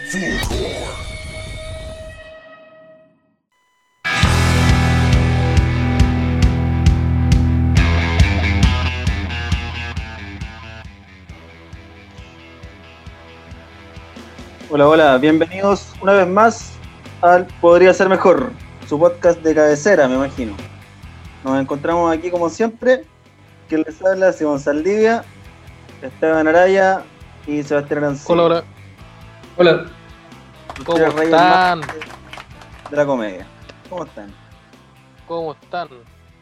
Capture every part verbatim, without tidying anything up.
Hola, hola, bienvenidos una vez más al Podría Ser Mejor, su podcast de cabecera, me imagino. Nos encontramos aquí como siempre, quien les habla, Simón Saldivia, Esteban Araya y Sebastián Arancibia. Hola, hola. Hola. ¿Cómo están? De la comedia. ¿Cómo están? ¿Cómo están?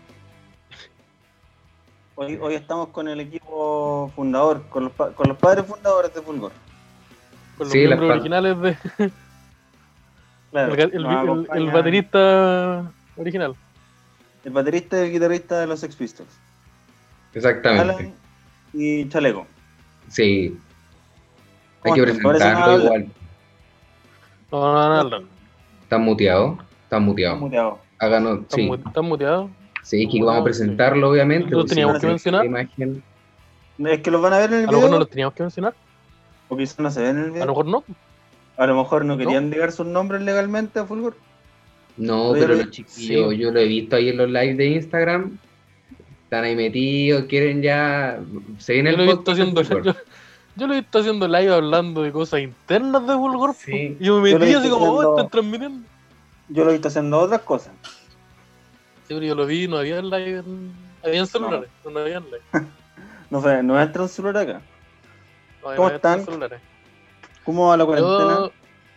Hoy, hoy estamos con el equipo fundador, con los, pa- con los padres fundadores de Fulgor. Con los Sí, miembros la- originales de... Claro, el, el- nos el- acompaña el baterista original. el baterista y el guitarrista de los Sex Pistols, Exactamente. Alan y Chaleco. Sí. Hay ¿Cómo que están? Parece que no presentarlo hablan. igual. No, no, no, no, no. ¿Están muteados? Están Están muteados. muteados. Háganos, ¿Están, sí. mu- ¿Están muteados? Sí, es que muteados, vamos a presentarlo, obviamente. ¿Lo porque teníamos si que no mencionar? la imagen. Es que los van a ver en el A lo mejor no video, los teníamos que mencionar. o quizás no se ven en el A video. lo mejor no. A lo mejor no querían ligar sus nombres legalmente a Fulgor. No, Pero pero yo- los chiquillos, sí. yo lo he visto ahí en los lives de Instagram. Están ahí metidos, quieren ya. Se viene Yo el lo he visto podcast de haciendo... Fulgor. Yo, yo lo he visto haciendo live hablando de cosas internas de Fulgor. Sí. Y yo me Yo lo he metí así visto como, oh, haciendo- están transmitiendo. Yo lo he visto haciendo otras cosas. Sí, pero yo lo vi, no había live, en... habían celulares, no, no habían live. No fue, no entra un celular acá. No, ¿Cómo había están? celulares. ¿Cómo va la cuarentena? Yo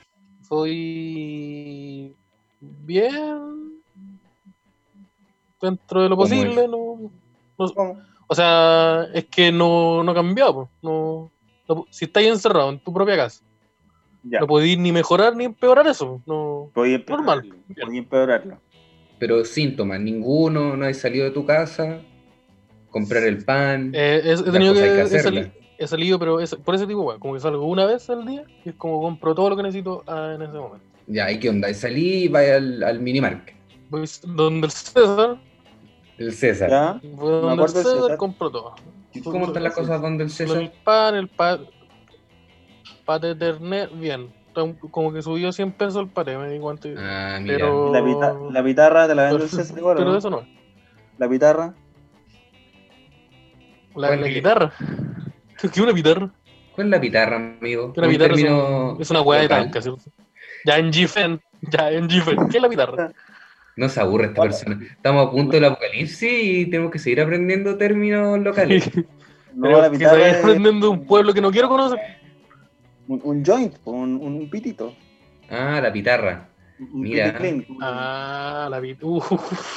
soy bien dentro de lo ¿Cómo posible, es? no, no- ¿Cómo? o sea, es que no, no ha cambiado, po, no, no- si estáis encerrado en tu propia casa, Ya. no podéis ni mejorar ni empeorar eso, no, Podía empeorarlo. normal. Podía empeorarlo. Pero síntomas, ninguno, no hay salido de tu casa. Comprar el pan. Eh, he, he las tenido cosas hay que, que he, hacerlas. sali- he salido, pero es, por ese tipo, weón, como que salgo una vez al día y es como compro todo lo que necesito ah, en ese momento. Ya, ¿y qué onda? Y salí y vaya al, al minimarket. Voy donde el César, El César. ¿Ya? voy donde el acuerdo del César, César. compro todo. ¿Y cómo están las cosas donde el El César? pan, el pan, pate Ethernet, bien. Tan- Como que subió cien pesos el pate, me di cuenta. Ah, mira. Pero- ¿Y la, pita- la pitarra te la vende pero, el César igual, o pero no? eso no. La pitarra. La, ¿Cuál la es? guitarra. ¿Qué es una guitarra? ¿Cuál es la pitarra, amigo? Que una Un guitarra es, término un- es una hueá de local. tanca, ¿cierto? Ya en G-Fen, ya en G-Fen. ¿Qué es la guitarra? No se aburre esta persona. Estamos a punto del apocalipsis y tenemos que seguir aprendiendo términos locales. No, Pero la que pitarra estoy es aprendiendo de un pueblo que no quiero conocer. un, un joint, un, un pitito. Ah, la pitarra. Un Mira. piticlin. Ah, la vi. Uf.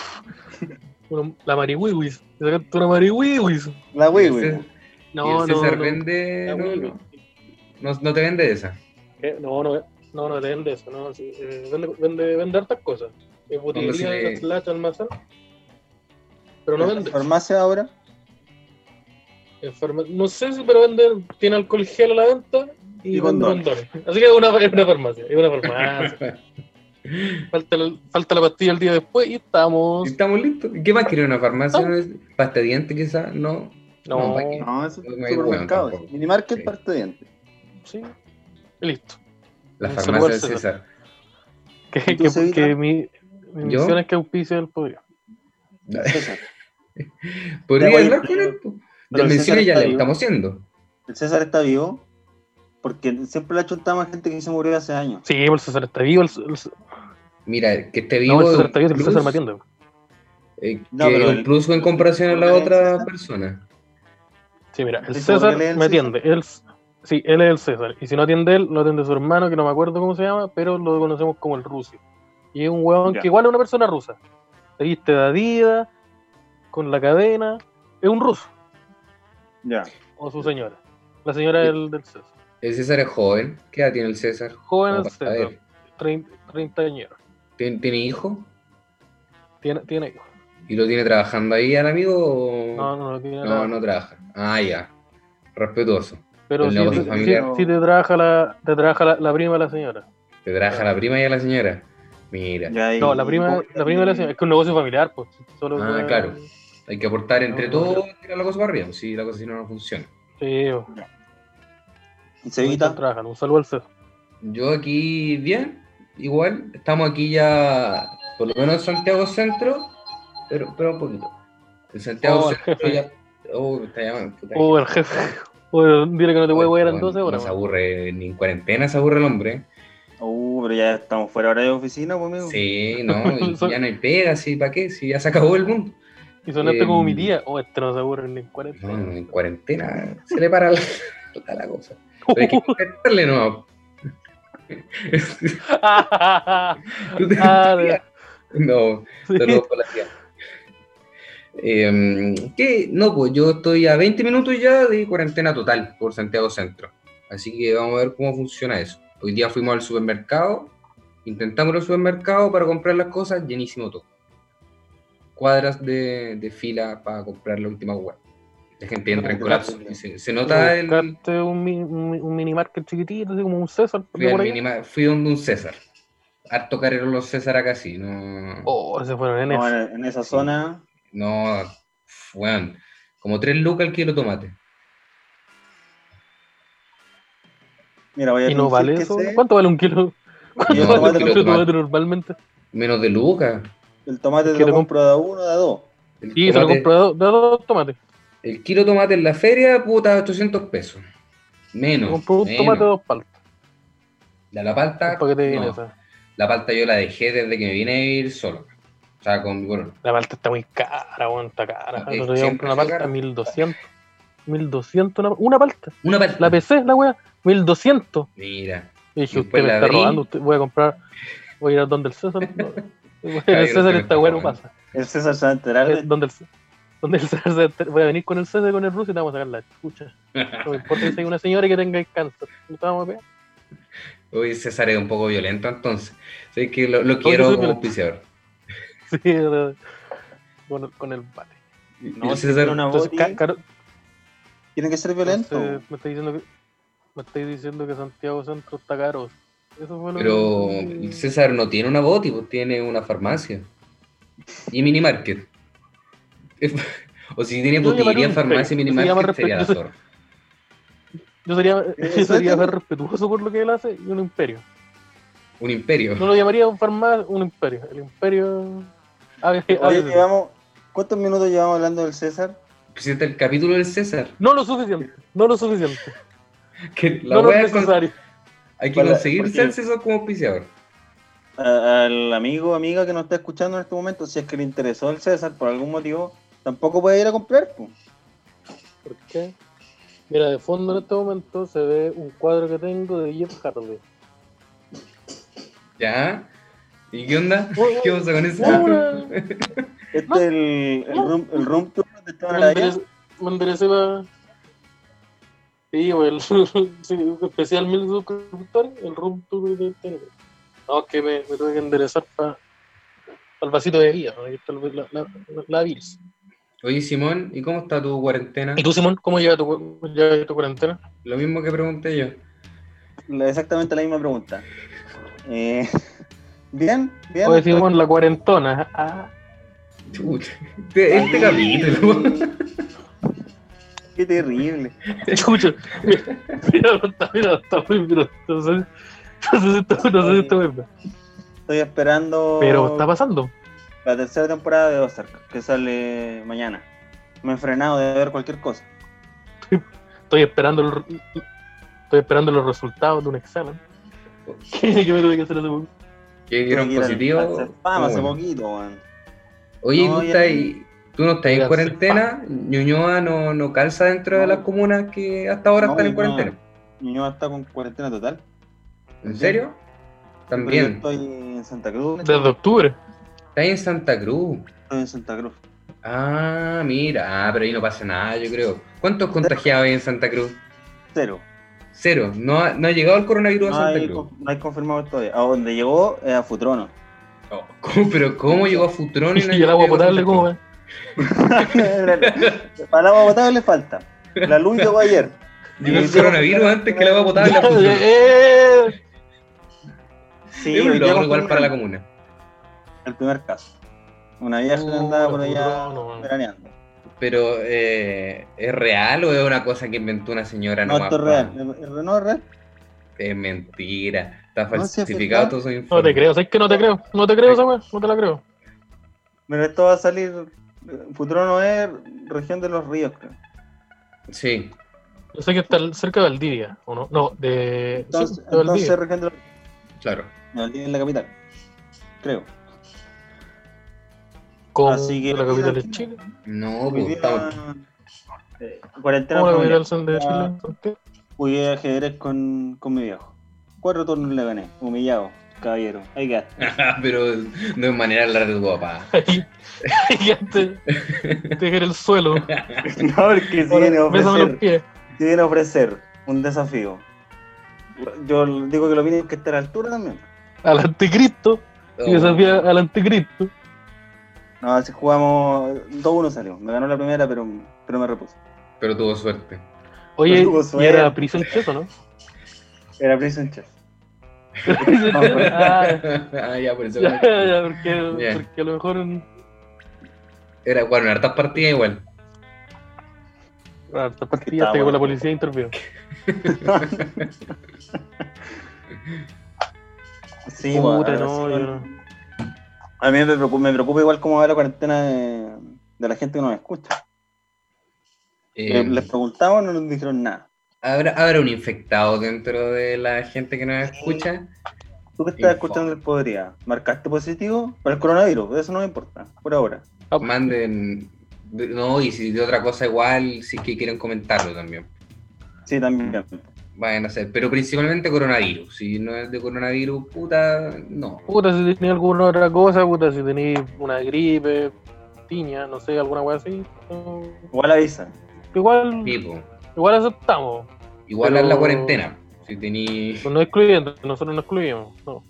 Una- La marihuiwis. Te sacaste una marihuiwis. La Y wey, el wey. César- y No, el no, César no. vende. La No, wiwi. no. No, no te vende esa. ¿Qué? No, no, no, no vende eso, no, sí, eh, vende, vende, vende hartas cosas. Es Cuando se botillería, le- slash, almacén. Pero no ¿En la vende. farmacia ahora? En farma- No sé si, pero vende, tiene alcohol gel a la venta y, Y vende condones. condones. Así que es una, es una farmacia, es una farmacia. falta, la, falta la pastilla el día después y estamos. Y estamos listos. ¿Y ¿Qué más quiere una farmacia? ¿No es pasta de dientes quizás? No. No, ¿para qué? No, eso es No hay supermercado. hueón tampoco. Minimarket, Sí. parte de dientes. sí, y listo. La Un farmacia saludo del al César. César. Que, ¿Y tú, que, Cevita? que mi, mi ¿Yo? misión es que auspicie el podio. César. ¿Podría Ya, oye, hablar con pero- él? po? pero De el menciones César ya está le vivo. estamos haciendo. El César está vivo porque siempre le ha chuntado más gente que se murió hace años. Sí, el César está vivo. El, el, Mira, que esté vivo. no, el César es está un vivo, el César me plus, atiende. eh, No, que pero es un el- plus en comparación a la ¿el otra César? persona. Sí, mira, el ¿Estoy seguro César que él es el me César? atiende. Él, sí, él es el César. Y si no atiende él, lo atiende su hermano, que no me acuerdo cómo se llama, pero lo conocemos como el Rusio. Y es un huevón Ya. que igual es una persona rusa. Se viste de Adidas, con la cadena. Es un ruso. Ya. O su señora. La señora Sí. del, del César. El César es joven. ¿Qué edad tiene el César? Joven Como el para César. saber. treinta, treinta años. ¿Tiene, tiene hijo? Tiene, tiene hijos. ¿Y lo tiene trabajando ahí al amigo o...? No, no, no tiene no, nada. no trabaja. Ah, ya. Respetuoso. Pero el sí, negocio sí, familiar. sí te trabaja la, te trabaja la, la prima de la señora. ¿Te trabaja a la prima y a la señora? Mira. Ya, y- No, la prima, ¿cómo- la prima de la señora. Es que es un negocio familiar, pues. Solo Ah, que- claro. Hay que aportar entre No, no, todos y tirar la cosa para arriba. Si la cosa si no, no funciona. Sí, pues. ¿Y Cevita? Están trabajando. Un saludo al César. Yo aquí bien, igual, estamos aquí ya, por lo menos en Santiago Centro, pero, pero un poquito. En Santiago Oh, el Centro jefe. ya... Oh, me está llamando, puta Oh, el jefe. jefe. Oh, dile que no te puede Oye, wear en bueno, doce no horas, se weón. aburre, ni en cuarentena se aburre el hombre. Uh, pero ya estamos fuera hora de oficina, pues, amigo. Sí, no, y Son- ya no hay pega, sí, ¿para qué? Si ya se acabó el mundo. Y sonaste Eh, como mi tía. Oh, este no se aburre ni en cuarenta no, años. no, en cuarentena se le para la, la, la cosa. Pero hay que contestarle, no. ¿Tú te Ah, tías? No, sí. saludos por la tía. Eh, ¿qué? No, pues yo estoy a veinte minutos ya de cuarentena total por Santiago Centro. Así que vamos a ver cómo funciona eso. Hoy día fuimos al supermercado, intentamos el supermercado para comprar las cosas, llenísimo todo. Cuadras de, de fila para comprar la última web. La gente entra en colapso. Y se, se nota el... Buscaste un, mi- un, un mini market chiquitito, así como un César. Fui, de al por allá. minima, fui donde un César. Harto carero los César acá, sí. No, Oh, se fueron en No, eso. en, en esa Sí. zona. no bueno, como tres lucas el kilo de tomate. Mira, voy a ¿Y no fingir vale que eso? sé. ¿Cuánto vale un kilo? ¿Cuánto Yo el No, vale un tomate, kilo kilo de de tomate tomate. normalmente? Menos de lucas. el tomate Es te que lo te comp- compro de a uno, de a dos. El Y se lo tomate, compro de dos, de dos tomates. el kilo de tomate en la feria, puta, ochocientos pesos. Se Menos, compró un tomate de menos. dos paltas. La, la Un palta, paquete de no. esa. La palta yo la dejé desde que me vine a vivir solo. O sea, con mi bueno, La palta está muy cara, weón, está cara. No, El es otro que día siempre compré una ha sido palta, cara. mil doscientos. mil doscientos una, una palta. una palta. La P C, la wea, mil doscientos. Mira. Y dije, Después usted me la está abrí. robando, usted, voy a comprar, voy a ir a donde el César. No, voy a ir Caballero, al usted César me esta está wea no robando. pasa. El César se va a enterar Eh, de donde el, donde el César se enter- voy a venir con el César y con el Ruso y te vamos a sacar la chucha. No me importa que sea una señora y que tenga cáncer. No te vamos a pegar. Uy, César es un poco violento entonces. Sé que lo, lo yo quiero soy como violento. auspiciador. Sí, de- con, el- con el bate. No, el si César, tiene una Entonces, boti, ca- caro- tiene que ser violento. entonces, me estáis diciendo que me estáis diciendo que Santiago Centro está caro. Eso fue lo pero que... el César no tiene una boti, pues tiene una farmacia. Y mini market. O si tiene Yo llamaría botillería, un farmacia y mini imperio. Eso se llama market, sería la respe- yo zorra. Yo sería, ¿Eso yo sería tiene? más respetuoso por lo que él hace y un imperio. Un imperio. No lo llamaría un farmacia, un imperio. El imperio... A ver, a Oye, ver, llevamos, ¿cuántos minutos llevamos hablando del César? Presenta el capítulo del César. no lo suficiente, no lo suficiente. Que la No lo wea es con- necesario. hay que Para- conseguirse porque- al César como auspiciador. A- al amigo o amiga que nos está escuchando en este momento, si es que le interesó el César por algún motivo, tampoco puede ir a comprar, pues. ¿Por qué? Mira, de fondo en este momento se ve un cuadro que tengo de Jeff Hardy. ¿Ya? ¿Y qué onda? Bueno, ¿Qué pasa con eso? Una- Este No. es el, el, room, el room tour de Esteban Me Araya. enderecé, me enderecé para... Sí, güey, el sí, especial mil suscriptores, el room tour de T N T. No, es que me, me tuve que enderezar para el vasito de vida, ¿no? Ahí está el- la, la, la, la Bills. Oye, Simón, ¿y cómo está tu cuarentena? ¿Y tú, Simón, cómo llega tu, llega tu cuarentena? Lo mismo que pregunté yo. La- Exactamente la misma pregunta. Eh, bien, bien. Oye, Simón, la cuarentona. Ah, Chucha. Este, este capítulo. Qué terrible. chucha. Mira, mira, está, mira, está muy mira, no sé, no sé si está, no sé si está bien. Estoy esperando Pero está pasando. la tercera temporada de Ozark, que sale mañana. Me he frenado de ver cualquier cosa. Estoy esperando el, estoy esperando los resultados de un examen. Que yo me tuve que hacer hace poco. ¿Que dieron Tuve que ir al- positivo? al CEPAM ¿Cómo hace bueno? poquito, weón. Oye, No, ¿tú, ya- estás ahí- ¿tú no estás en Mira, cuarentena? ¿Ñuñoa no, no calza dentro de No. las comunas que hasta ahora No, están en Ñuñoa- cuarentena? Ñuñoa está con cuarentena total. ¿En serio? Pero yo También. estoy en Santa Cruz. Desde octubre. Estás en Santa Cruz. Estoy en Santa Cruz. Ah, mira. Ah, pero ahí no pasa nada, yo creo. ¿Cuántos contagiados hay en Santa Cruz? Cero. Cero. No ha, no ha llegado el coronavirus No a Santa hay, Cruz. con- no hay confirmado todavía. A donde llegó es a Futrono. Oh, ¿cómo? ¿Pero cómo llegó a Futrón? Y el agua potable, ¿cómo va? Para el agua potable falta. La luz llegó ayer. Llegó el Y- coronavirus antes que el agua potable. a Futrón. Eh, Sí, Es un hoy día logro igual confirmaron para la comuna. el primer caso. Una vieja que andaba por allá No, no, no. veraneando. Pero, eh, ¿es real o es una cosa que inventó una señora No, nomás? esto es pa- real. ¿Es- es- ¿No es real? Es mentira. Está No, sí, es falsificado verdad. todo su No informe. te creo, ¿sabes que no te creo? No te creo esa weá, no te la creo. Pero esto va a salir. Futuro no es región de los ríos, creo. Sí. Yo sé que está cerca de Valdivia, ¿o no? No, de. Entonces, sí, de Valdivia. entonces región de los ríos. Claro. Valdivia es la capital. Creo. Como Así que la capital de aquí- Chile. No, Hoy pues día, estamos. eh, cuarentena Como la familiar. capital de Chile. Santiago. Jugué ajedrez con, con mi viejo. Cuatro turnos le gané. Humillado, caballero. Ahí quedaste. Pero de manera hablar de tu papá. Ahí, ahí quedaste. Te en el suelo. No, porque si viene a Bésame los ofrecer. pies. Si viene a ofrecer un desafío. Yo digo que lo tiene que estar a la altura también. Al anticristo. Oh. Y desafía al anticristo. No, si jugamos dos uno salió. Me ganó la primera, pero, pero me repuse. Pero tuvo suerte. Oye, No tuvo y suerte. era Prison Chess, ¿o no? Era Prison Chess. ah, Ah, ya, por eso. ya, ya, porque, Ya. porque a lo mejor. Era, bueno, en hartas partidas igual. Ah, esta partida Está hasta que bueno. la policía intervino. Sí, Puta, bueno, no, sí, yo bueno. no. A mí me preocupa, me preocupa igual cómo va la cuarentena de, de la gente que nos escucha. Eh, Le- Les preguntamos y no nos dijeron nada. ¿habrá, ¿Habrá un infectado dentro de la gente que nos escucha? ¿Tú que estás Info. escuchando el Podría? ¿Marcaste positivo para el coronavirus? Eso no me importa, por ahora. Ah, Manden. de- No, y si de otra cosa igual, si es que quieren comentarlo también. Sí, también. Vayan a hacer, pero principalmente coronavirus. Si no es de coronavirus, puta, no. Puta, si tenía alguna otra cosa, puta, si tenía una gripe, tiña, no sé, alguna wea así. no. Igual avisa. Igual, Tipo, igual aceptamos. igual Pero- es la cuarentena. Si tení. No excluyendo, nosotros no excluimos. No.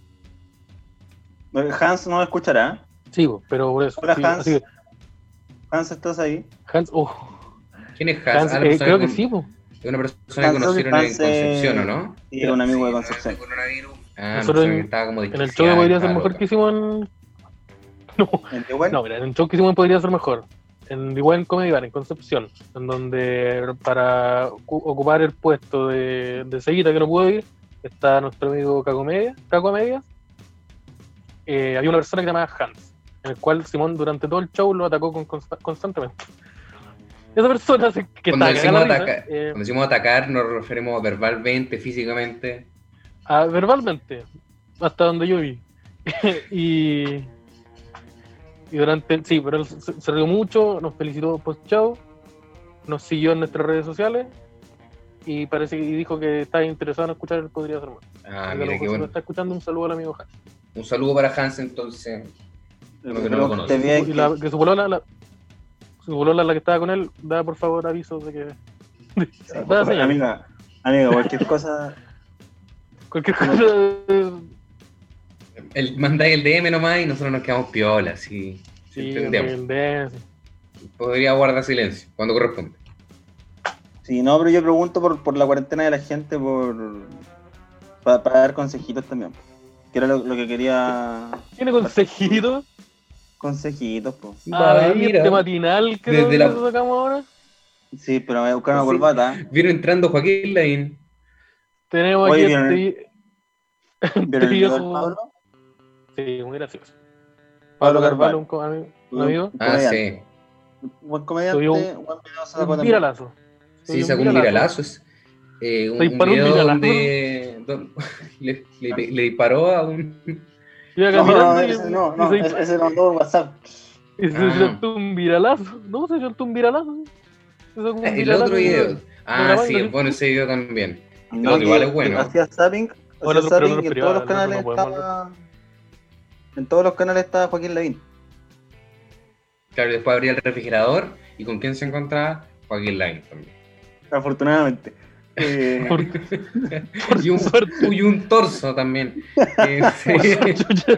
Hans no escuchará. Sí, po, pero por eso. Hola, sí, Hans. así que, Hans, ¿estás ahí? Hans, oh, ¿Quién es Hans? Hans, Ah, la eh, persona creo que con- sí, po. Es una persona Hans, que creo que conocieron en Hans, eh, Concepción, ¿o no? Sí, era un amigo de Sí, Concepción. Ah, Nosotros no sé, en- que estaba como En el show de desquiciada, Podría Ser estaba Mejor loca. que hicimos en. No, ¿En Tehuel? no, mira, en el show que hicimos en Podría Ser Mejor. En Igual Comedy Bar, en Concepción. En donde para ocu- ocupar el puesto de, de Seguita, que no pudo ir, está nuestro amigo Caco Media, Caco Medias. Eh, había una persona que se llamaba Hans, en el cual Simón durante todo el show lo atacó con consta- constantemente. Esa persona se- que Cuando estaba decimos, cagada la risa, ataca- eh, cuando decimos atacar, nos referimos verbalmente, físicamente. ah, verbalmente, hasta donde yo vi. y, y durante, sí, pero él se, se rió mucho, nos felicitó post show, nos siguió en nuestras redes sociales y parece que y dijo que estaba interesado en escuchar el Podría Ser Más. Ah, Así que a lo mira, qué mejor si bueno. lo está escuchando, un saludo al amigo Hans. Un saludo para Hans, entonces. No, que no lo Esperemos que conoce. esté bien, Y la, que- que su polola, la, su polola, la que estaba con él, da por favor avisos de que. da señal. Amiga, amiga, cualquier cosa. Cualquier cosa. eh, El, mandáis el D M nomás y nosotros nos quedamos piolas, sí. Sí, entendemos. el de- Podría guardar silencio cuando corresponde. Sí, no, pero yo pregunto por, por la cuarentena de la gente, por para dar consejitos también. Que era lo, lo que quería. ¿Tiene consejitos? Consejitos, pues. Ah, Va, ¿y mira. este matinal que Desde nos- la- nos sacamos ahora? Sí, pero me voy a buscar una Sí. corbata. Vino entrando Joaquín Lain. Tenemos Oye, aquí ¿vieron este, ¿Vieron el video del viejo- Pablo? Sí, muy gracioso. Pablo Pablo Carvalho. Carvalho, un, co- ami- un amigo. Un Ah, comediante. sí. Buen comediante, Subió un- buen video sacó Un también. viralazo. Sí, sacó un viralazo. es, eh, un, Se un disparó un video viralazo. donde, donde le, le- le disparó a un. Iba No, caminando no, y- ese no, y no, se- ese, ese lo mandó por WhatsApp. Y se Ah. soltó un viralazo. No, se soltó un viralazo. sí. Se sacó un El viralazo otro y- video. Ah, grabando, sí, ¿sí? es bueno ese video también. No, otro que- igual es bueno. que Hacía zapping, hacía Bueno, pero zapping no es y en privado, todos los el otro canales no podemos estaba. En todos los canales estaba Joaquín Lavín. Claro, y después abría el refrigerador y con quién se encontraba Joaquín Lain también. Afortunadamente. Eh, Por, por Y un, suerte. y un torso también. Eh, sí. Chucha.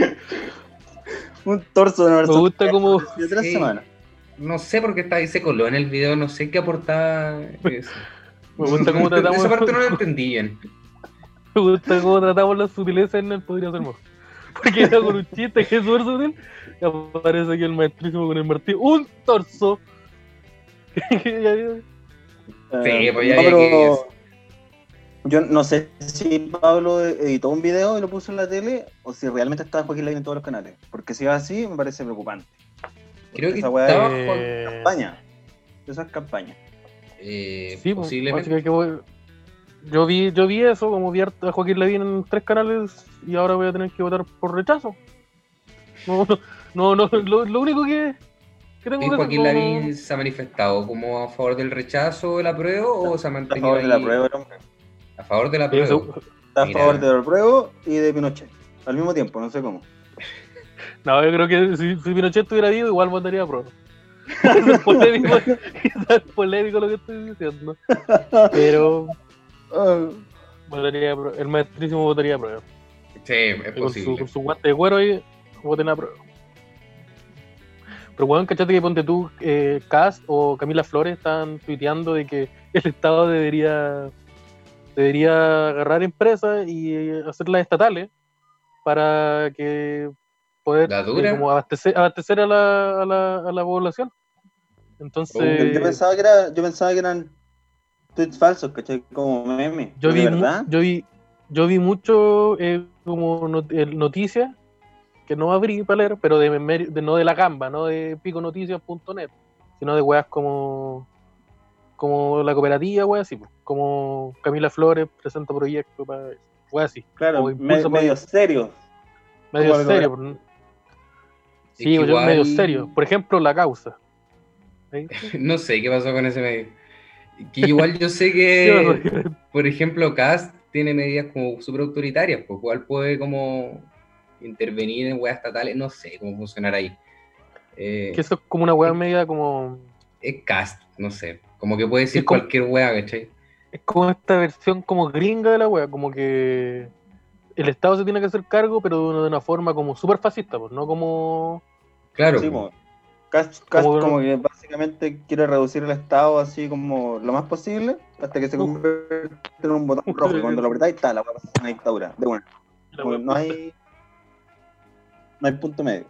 un torso de una Me persona. gusta como. De tres Sí. semanas. No sé por qué está ahí, se coló en el video, no sé qué aportaba. eso. Me gusta cómo tratamos. Esa parte no la entendí bien. Me gusta cómo tratamos las sutilezas en el Podría Ser Mejor. Porque era con un chiste que es súper sutil. Y aparece aquí el maestrísimo con el martillo. ¡Un torso! Eh, pues ya no, había pero, que- Yo no sé si Pablo editó un video y lo puso en la tele o si realmente estaba Joaquín Lavín en todos los canales. Porque si es así, me parece preocupante. Creo que Esa weá estaba es Joaquín- Eh, campaña. Esa es campaña. eh, sí, pues, posiblemente. así que voy- yo vi, yo vi eso, como vi a Joaquín Lavín en tres canales y ahora voy a tener que votar por rechazo. No, no, no, lo, lo único que, que tengo ¿Y que hacer, Joaquín no, no, Lavín se ha manifestado como a favor del rechazo del apruebo o se ha Está a mantenido favor de la ahí prueba, el hombre. a favor del Sí, apruebo? eso- Está a Mira. favor del apruebo y de Pinochet. Al mismo tiempo, no sé cómo. no, yo creo que si, si Pinochet estuviera vivo, igual votaría a prueba. Es polémico, es polémico lo que estoy diciendo. Pero Ah, votaría a prueba. El maestrísimo votaría a prueba. Sí, es Y con su, posible. con su guante de cuero ahí, voten a prueba. Pero weón, cachate que ponte tú, eh, Kast o Camila Flores están tuiteando de que el Estado debería debería agarrar empresas y eh, hacerlas estatales para que poder ¿La eh, dura? como abastecer, abastecer a, la, a, la, a la población. yo, Entonces, yo pensaba que era, yo pensaba que eran tweets falsos, ¿cachai? Como meme. yo Pero de vi, mu- verdad. yo vi, yo vi mucho eh, como not- eh, noticias que no abrí para leer, pero de, memer- de no de la Gamba, no de piconoticias punto net, sino de weas como como la cooperativa, weas así, pues, como Camila Flores presenta proyectos para weas así, Claro, o me- impulsa medios proyectos, serios. medios como la serios, pues, Es sí, que pues, medios igual- serios, por ejemplo, La Causa. ¿Ahí? No sé qué pasó con ese medio. Que igual yo sé ¿Qué que, pasó? por ejemplo, Kast tiene medidas como súper autoritarias, pues igual puede como intervenir en weas estatales, no sé cómo funcionará ahí. Eh, Que eso es como una wea media como es Kast, no sé, como que puede decir Es como- cualquier wea, ¿cachai? es como esta versión como gringa de la wea, como que el Estado se tiene que hacer cargo, pero de una, de una forma como súper fascista, pues, no como Claro, Sí, pues. po. Cast, Cast Como- como que básicamente quiere reducir el Estado así como lo más posible hasta que se Uf. convierte en un botón rojo y cuando lo apretáis está la weá pasa a una dictadura. De bueno, la como wea que no justa. hay no hay punto medio.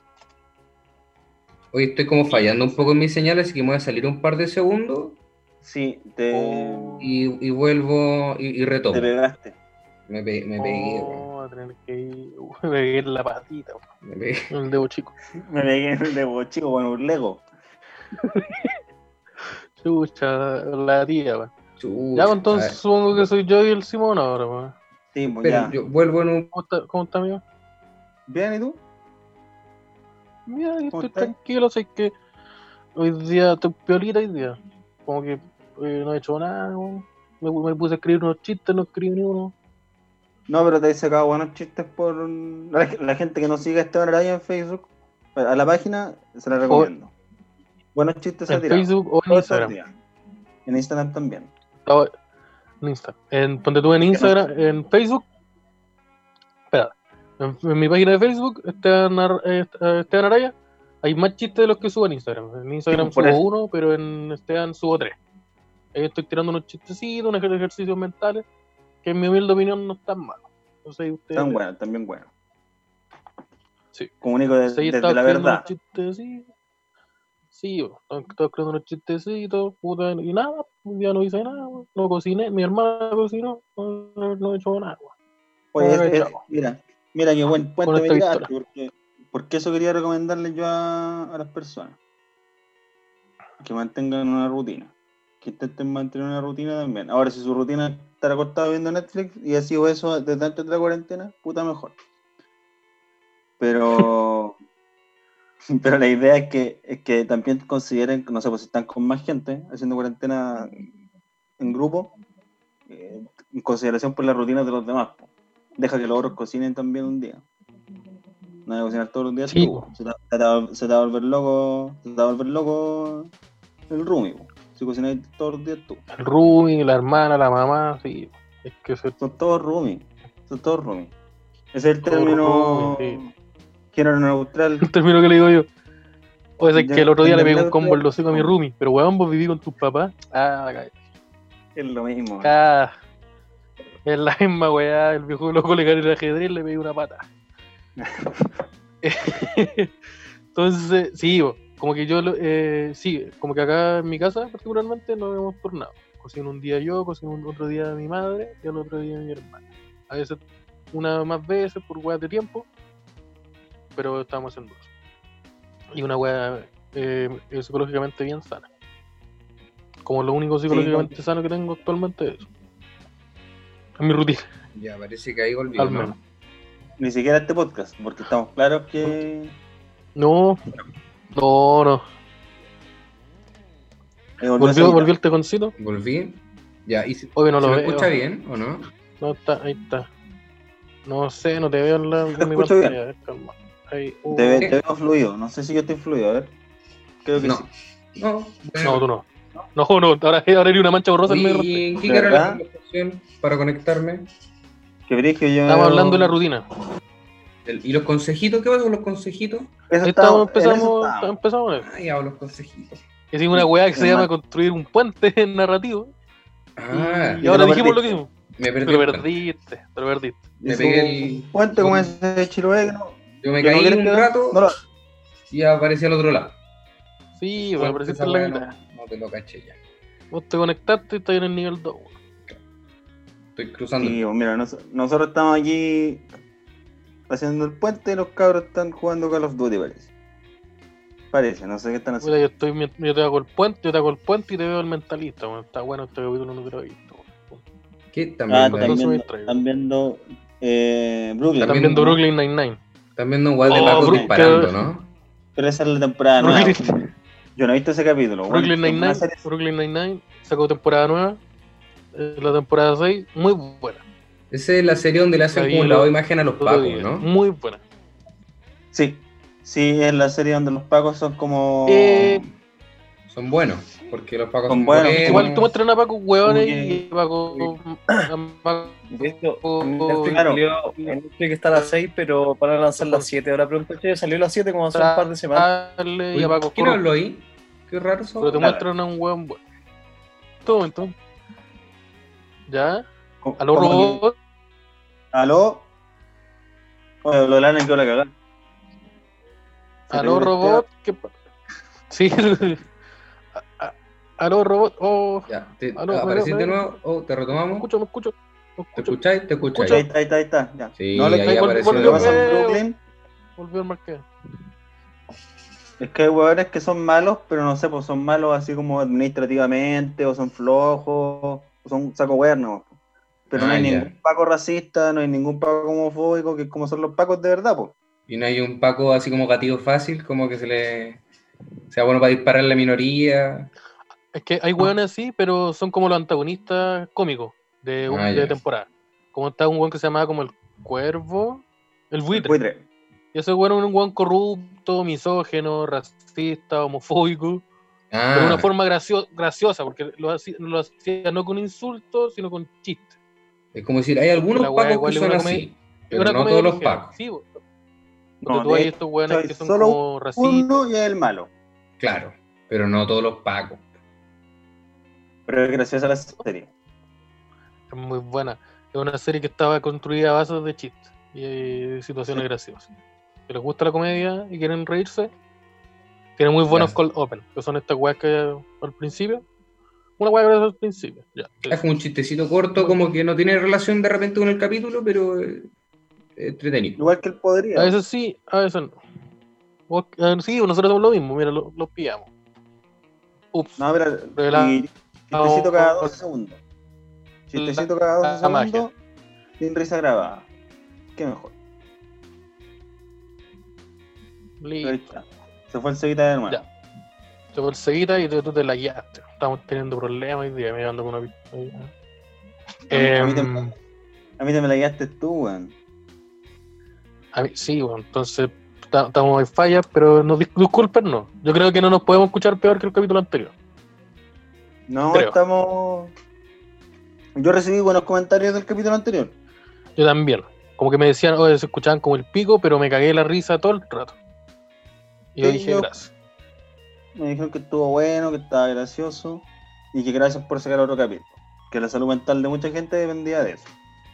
Hoy estoy como fallando un poco en mis señales, así que me voy a salir un par de segundos Sí, te, Oh. y, y vuelvo y, y retomo. te pegaste. Me, pe- me pegué, weón. Oh, a tener que ir, me pegué en la patita, weón, Me pegué. en el dedo chico. Me pegué de bochico con un Lego. Chucha, la tía, weón. Chucha, Ya, pues, entonces a ver. supongo que soy yo y el Simón ahora, weón. Sí, pues Esperen, ya. yo vuelvo en un... ¿Cómo está, cómo está, amigo? ¿Bien y tú? Mira, yo ¿Cómo estoy estás? tranquilo, sé que hoy día estoy piolita hoy día. Como que eh, no he hecho nada, weón. Me, me puse a escribir unos chistes, no escribí ni uno. No, pero te he sacado buenos chistes por la, la gente que no sigue a Esteban Araya en Facebook. A la página se la recomiendo. Buenos chistes En satirados. Facebook o en Todos estos Instagram. días. En Instagram también. Oh, en Instagram. En, ponte tú en Es que Instagram, en Facebook. Espera. En, en mi página de Facebook, Esteban, Ar- eh, Esteban Araya, hay más chistes de los que subo en Instagram. En Instagram Sí, por subo eso. uno, pero en Esteban subo tres. Ahí estoy tirando unos chistecitos, unos ejer- ejercicios mentales, que en mi humilde opinión no están malos. Entonces ahí ustedes. Están buenos, también buenos. Sí. Comunico de- Entonces ahí desde estaba la escribiendo verdad. unos chistecitos. Sí, yo, estaba estaba escribiendo unos chistecitos, puta, y nada, un día no hice nada, weón. No cociné, mi hermana cocinó, no, no, no he hecho nada, weón. Oye, es- Ah, es- chao. mira, mira qué buen Con puente me esta tiraste, pistola. porque, porque eso quería recomendarles yo a, a las personas. Que mantengan una rutina. Que intenten mantener una rutina también. Ahora, si su rutina es estar acostado viendo Netflix y ha sido eso desde antes de la cuarentena, puta mejor. Pero, pero la idea es que, es que también consideren, no sé, pues si están con más gente haciendo cuarentena en grupo, eh, en consideración por las rutinas de los demás. Po. Deja que los otros cocinen también un día. No hay que cocinar todos los días Sí, tú. po. Se te, se te va, se te va a volver loco, se te va a volver loco el roomie. Po. Si cocinas todos los días tú. El Rumi, la hermana, la mamá, sí. Es que se Son todos roomies. Son todos roomies. Ese es el Todos término roomies, género neutral. el término que le digo yo. O sea, es Ya, que el otro día le pegué un neutral. combo en los hocico a mi Rumi, pero weón, vos viví con tus papás. Ah, cállate. Es lo mismo. Ah, es la misma weá, el viejo loco le ganó el ajedrez y le pegué una pata. Entonces, sí, bo, como que yo, lo- eh, sí, como que acá en mi casa particularmente no hemos turnado. cocino un día yo, cocino un otro día mi madre y el otro día mi hermana. A veces una más veces por weas de tiempo, pero estamos haciendo eso. Y una wea eh, eh, psicológicamente bien sana. Como lo único psicológicamente Sí, sano que tengo actualmente es eso. Es mi rutina, Ya, parece que ahí volvió, al ¿no? menos. Ni siquiera este podcast, porque estamos claros que No, no, no. eh, volvió ¿Volvió, solita. volvió el teconcito? Volví. Ya, ¿y si, Obvio no ¿se lo me veo. escucha bien o no? No está, ahí está. No sé, no te veo en, la, en mi escucho pantalla. bien. A ver, calma. Ahí, uh. Te, ve- te veo fluido, no sé si yo estoy fluido, a ver. Creo que No. sí. No, No, tú no. No, no, ahora, ahora hay una mancha borrosa en medio. Oye, ¿y en qué ¿De queda la verdad? conversación para conectarme? Que brillo yo. Estamos hablando de la rutina. El- ¿Y los consejitos? ¿Qué pasa con los consejitos? Eso Ahí estábamos- estamos, en eso empezamos, estábamos. empezamos. Ah, ya, los consejitos. Hicimos una weá que se Es llama mal. construir un puente narrativo. Ah, Y ahora lo dijimos lo que perdiste. hicimos. me perdí. Pero el puente. perdiste, pero perdiste. Me Hizo pegué un el- puente como ese Chiloé que no. Yo me que no caí quieres un que- rato no lo- y aparecí al otro lado. Sí, bueno, Porque apareciste esa en la weá mitad. no, no te lo caché ya. Vos te conectaste y estás en el nivel dos. Estoy cruzando. Sí, pues mira, nos- nosotros estamos aquí haciendo el puente y los cabros están jugando Call of Duty, parece. Parece, no sé qué están haciendo. Mira, yo estoy, yo te hago el puente, yo te hago el puente y te veo el mentalista. Bueno, está bueno este capítulo, no te lo he visto. Bueno. ¿Qué? Ah, También, Entonces están me viendo, distraigo. están viendo eh, Brooklyn. Están También- viendo ¿no? Brooklyn Nine-Nine. Están viendo weas de Oh, Paco Bru- disparando, que- ¿no? Pero esa es la temporada nueva. Brooklyn, Yo no he visto ese capítulo. Bueno, Brooklyn es una Nine-Nine serie- Brooklyn Nine-Nine sacó temporada nueva. eh, La temporada seis, muy buena. Esa es la serie donde le hacen La vi como un el lavado de otro- imagen a los otro pacos, día. ¿no? Muy buena. Sí, sí, es la serie donde los pacos son como. Eh, Son buenos, porque los pacos Son son buenos. buenos. Igual te muestran a Paco hueones Como que- y Paco. a Paco- De hecho, Oh, en Netflix claro. salió- en Netflix está a las seis, pero van a lanzar las siete. Ahora pregunto, che, salió a las siete como hace un par de semanas. Dale, y Uy, a Paco ¿quién corrupto. habló ahí? Qué raro son. Pero te Claro. muestran a un hueón bueno. Todo momento. ¿Ya? como- A los como que- robots. ¿Aló? Oye, lo de Lana quedó la cagada. Se A te los viene robots. ¿Qué pa- Sí. a, a- a los roboos. Oh, Ya, te, Ah, no, ¿apareciste me- de nuevo? Oh, ¿te me retomamos? escucho, me escucho. Me ¿Te escucho. escucháis? ¿Te escucháis? Ahí está, ahí está, ahí está. Ya. Sí, no, lo que ahí vol- apareció lo de que volvió pasa nuevo. en Brooklyn Volvió el marqués. es que hay hueones que son malos, pero no sé, pues son malos así como administrativamente, o son flojos, o son saco hueá, no. Pero no Ah, hay ya. ningún paco racista, no hay ningún paco homofóbico, que es como son los pacos de verdad, pues. Y no hay un Paco así como gatillo fácil, como que se le sea bueno para disparar a la minoría. Es que hay hueones así, pero son como los antagonistas cómicos de, un- Ah, de ya. temporada. Como está un hueón que se llamaba como el Cuervo, el buitre. Buitre. Y ese hueón era un hueón corrupto, misógeno, racista, homofóbico. Ah, Pero de una forma gracio- graciosa, porque lo hacía, lo hacía no con insultos, sino con chistes. es como decir, hay algunos La weá Pacos igual que es son una así, comedia- pero una no comedia todos los ligera. Pacos. Sí, bo. No, Porque tú de hay estos hueones hecho, que son solo como racistas. Uno y es el malo. Claro, pero no todos los Pacos. Pero es graciosa la serie. Es muy buena. Es una serie que estaba construida a base de chistes y eh, situaciones graciosas. Si les gusta la comedia y quieren reírse, tiene muy buenos Ya. cold open, que son estas weas que al principio. Una wea graciosa al principio. Ya. Es como un chistecito corto, como que no tiene relación de repente con el capítulo, pero eh, entretenido. Igual que el podría. A veces sí, a veces no. Vos- eh, sí, nosotros hacemos lo mismo, mira, lo- los pillamos. Ups. No, pero. Revela- Y chistecito Oh, cada oh, doce segundos. Chistecito cada la doce magia. segundos. Sin risa grabada. Qué mejor. Listo. Ahí está. Se fue el Cevita de nuevo. Ya. Se fue el seguita y tú, tú te la guiaste. Estamos teniendo problemas hoy día, me ando con una pista. A mí- a mí Em, también. A mí te me la guiaste tú, weón. a mí- sí, bueno, entonces ta- estamos en fallas, pero no, dis- disculpen, no. Yo creo que no nos podemos escuchar peor que el capítulo anterior. No, Creo. estamos. Yo recibí buenos comentarios del capítulo anterior. Yo también. Como que me decían, oye, se escuchaban como el pico, pero me cagué la risa todo el rato. Y yo Sí, dije, yo- gracias. Me dijeron que estuvo bueno, que estaba gracioso y que gracias por sacar otro capítulo. Que la salud mental de mucha gente dependía de eso.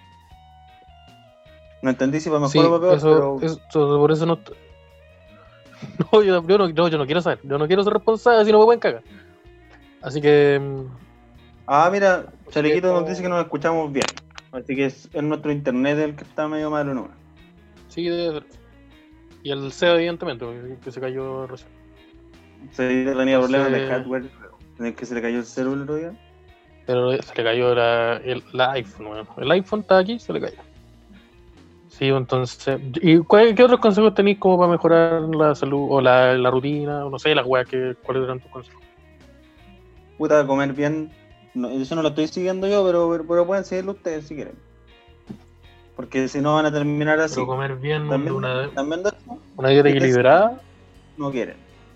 No entendí si fue mejor Sí, o peor, eso, pero eso- por eso no. No yo, yo no, no, yo no quiero saber. Yo no quiero ser responsable si no me pueden cagar. Así que. mm, Ah, mira, Chalequito nos dice que nos escuchamos bien. Así que es, es nuestro internet el que está medio malo, ¿no? Sí, debe ser. Y el C E O, evidentemente, porque- que se cayó recién. Se tenía Entonces- problemas de hardware. ¿Es que se le cayó el celular el otro día? Pero se le cayó la, el, la iPhone, weón. El iPhone está aquí, se le cayó. Sí, entonces. ¿Y cuál- qué otros consejos tenéis como para mejorar la salud o la, la rutina? O no sé, las weas, que, ¿cuáles eran tus consejos? Puta, comer bien. No, eso no lo estoy siguiendo yo, pero, pero, pero pueden seguirlo ustedes si quieren. Porque si no van a terminar así. Pero comer bien, También, una, también de eso una dieta y de eso equilibrada. no quieren.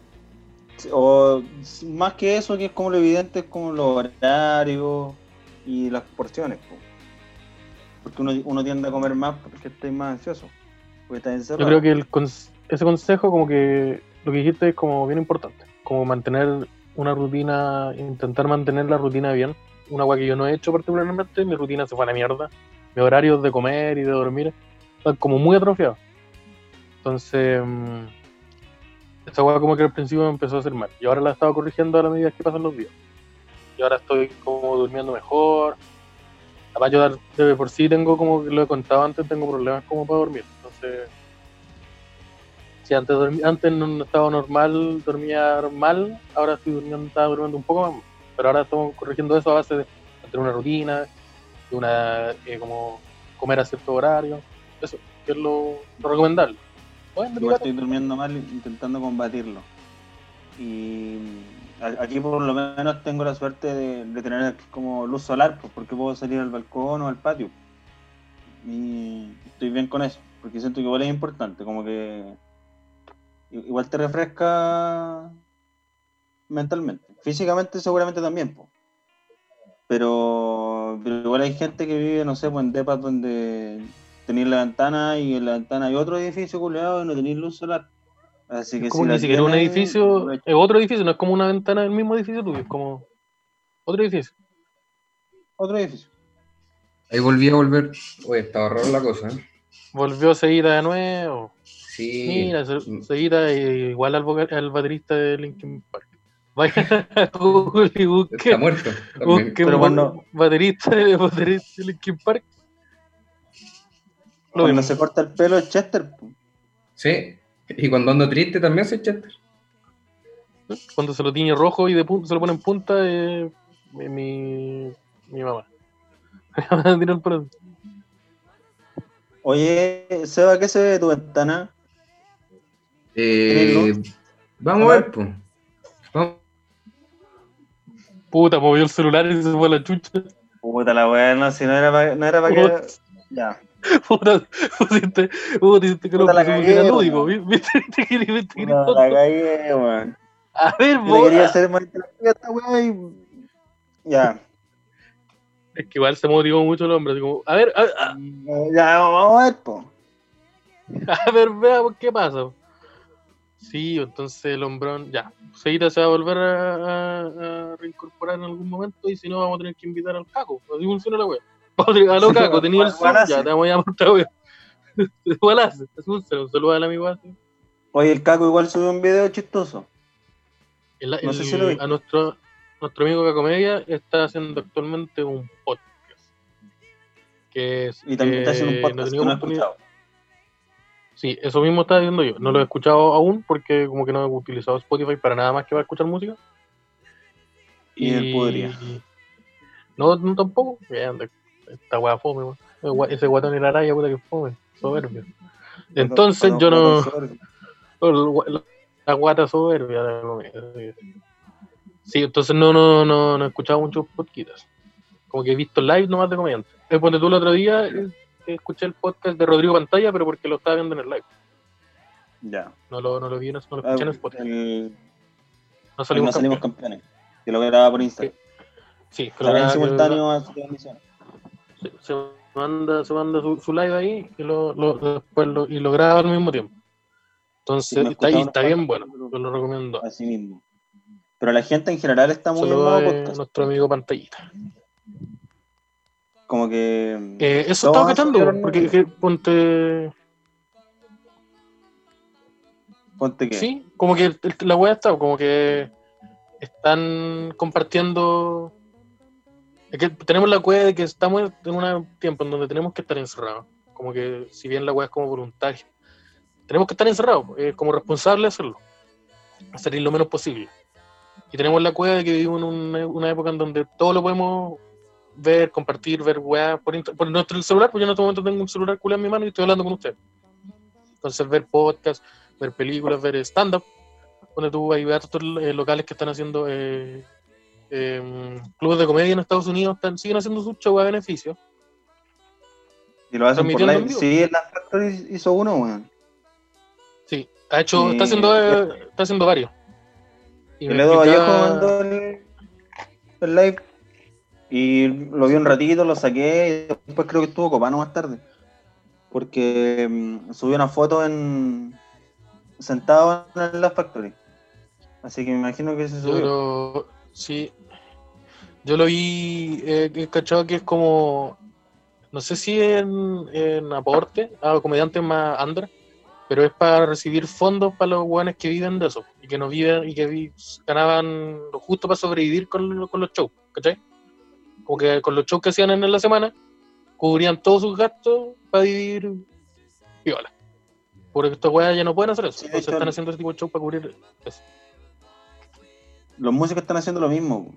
O más que eso, que es como lo evidente, es como los horarios y las porciones. Po. Porque uno, uno tiende a comer más porque está más ansioso. Porque está encerrado. Yo creo que el cons- ese consejo, como que lo que dijiste es como bien importante. Como mantener una rutina, intentar mantener la rutina bien. Una wea que yo no he hecho particularmente, mi rutina se fue a la mierda. Mis horarios de comer y de dormir están como muy atrofiados. Entonces, mmm, esa wea como que al principio me empezó a hacer mal. Y ahora la he estado corrigiendo a la medida que pasan los días. Y ahora estoy como durmiendo mejor. Además, yo de por sí tengo, como lo he contado antes, tengo problemas como para dormir. Entonces, si antes dormí, antes no estaba normal, dormía mal, ahora estoy durmiendo, estaba durmiendo un poco más. Pero ahora estamos corrigiendo eso a base de tener una rutina, de una eh, como comer a cierto horario. Eso, que es lo, lo recomendable. Bueno, Igual estoy durmiendo mal intentando combatirlo. Y a- aquí por lo menos tengo la suerte de, de tener como luz solar, pues, porque puedo salir al balcón o al patio. Y estoy bien con eso, porque siento que igual es importante, como que igual te refresca mentalmente. Físicamente seguramente también, pues. Pero, pero igual hay gente que vive, no sé, pues en depas donde tenéis la ventana y en la ventana hay otro edificio culeado y no tenéis luz solar. Así Es que como si ni la siquiera un tienes, edificio, aprovecha. es otro edificio, no es como una ventana del mismo edificio tuyo, es como otro edificio. Otro edificio. Ahí volví a volver. Oye, estaba raro la cosa, ¿eh? Volvió Seguida de nuevo. Sí. Mira, Se- Seguida eh, igual al, vocal- al baterista de Linkin Park. Vaya a Google y Está busquen, muerto. También. busquen Pero vo- cuando, baterista, de, baterista de Linkin Park. Lo cuando mismo. se corta el pelo es Chester. Po. Sí. Y cuando ando triste también soy Chester. Cuando se lo tiñe rojo y de punta, se lo pone en punta, eh, mi, mi, mi mamá. Me van a tirar por ahí. Oye, Seba, ¿qué se ve de tu ventana? ¿Tienes Eh, luz? vamos a ver, pues. Vamos. Puta, movió el celular y se fue a la chucha. Puta la weá, no, si no era para no era pa que. Ya. Puta, pusiste, puta, hiciste que no Puta la se pusiera cagué, lúdico. weón. ¿Viste? ¿Viste que viste que eres Puta la tonto? cagué, weón. A ver, Yo le vos. quería hacer más interactiva a esta weá y. Ya. Es que igual se motivó mucho el hombre. Así como, a ver, a, a- Ya, vamos a ver, po. a ver, veamos qué pasa. Sí, entonces el hombrón, ya. Seguida se va a volver a, a- a reincorporar en algún momento y si no, vamos a tener que invitar al Caco. Así funciona la wea. A lo Caco, tenía el Igual Zoom, hace. ya te vamos a llamar otra wea. Igual hace. Es un saludo, un saludo al amigo hace. Oye, el Caco igual subió un video chistoso. El- No sé el- si lo viste. a nuestro, nuestro amigo Cacomedia está haciendo actualmente un podcast. Que es, Y también está haciendo un que no he podcast tenido que no he oportunidad. escuchado. Sí, eso mismo estaba diciendo yo. No lo he escuchado aún porque como que no he utilizado Spotify para nada más que para escuchar música. Ni él podría. No, no tampoco. Vean, esta weá fome, weón. Ese gua- Ese guatón y la araya, puta que fome. Soberbio. Entonces yo no. La, la guata soberbia. no, Sí, entonces no, no, no, no he escuchado muchos podcasts. Como que he visto live nomás de comediantes. Eh, Ponte tú el otro día, eh, escuché el podcast de Rodrigo Pantalla, pero porque lo estaba viendo en el live. Ya. No lo, no lo vi, no, no lo Ah, escuché en Spotify. el- No el salimos no salimos campeones. campeones. Que lo grababa por Instagram. Sí, que lo También graba- que lo simultáneo a su transmisión. se, se manda, se manda su, su live ahí y lo, lo, después lo, y lo graba al mismo tiempo. Entonces, Sí, me está, ahí, escucharon está unos bien cuantos bueno, capítulos. yo lo recomiendo. Así mismo. Pero la gente en general está muy en Solo modo es podcast. nuestro amigo Pantallita. Como que. Eh, eso todos estaba han subido cachando, los porque números. que, ponte. Ponte que. Sí, como que el- la web está, como que están compartiendo Es que tenemos la cueva de que estamos en un tiempo en donde tenemos que estar encerrados. Como que, si bien la cueva es como voluntaria, tenemos que estar encerrados, es como responsable hacerlo, salir lo menos posible. Y tenemos la cueva de que vivimos en una, una época en donde todo lo podemos ver, compartir, ver weas por, inter- por nuestro celular, porque yo en este momento tengo un celular culo en mi mano y estoy hablando con usted. Entonces, ver podcasts, ver películas, ver stand-up, donde tú hay hartos eh, locales que están haciendo eh, eh, clubes de comedia en Estados Unidos, están, siguen haciendo sus shows a beneficio. Y lo hacen por Transmitiendo en live. vivo. Sí, la Factory hizo uno, weón. Sí, ha hecho, está Y- haciendo, eh, está haciendo varios. Y El me Edo Vallejo explicaba- mandó el, el live y lo vi un ratito, lo saqué y después creo que estuvo copano más tarde. Porque mm, subió una foto en sentado en la Factory. Así que me imagino que se Yo subió. creo, sí. Yo lo vi, eh, he cachado que es como, no sé si en, en aporte a comediantes más under, pero es para recibir fondos para los guanes que viven de eso y que no viven y que vi- ganaban lo justo para sobrevivir con, con los shows, ¿cachai? Como que con los shows que hacían en la semana cubrían todos sus gastos para vivir piola. Porque estos weas ya no pueden hacer eso, Sí, de entonces hecho, están haciendo ese tipo de shows para cubrir eso. Los músicos están haciendo lo mismo.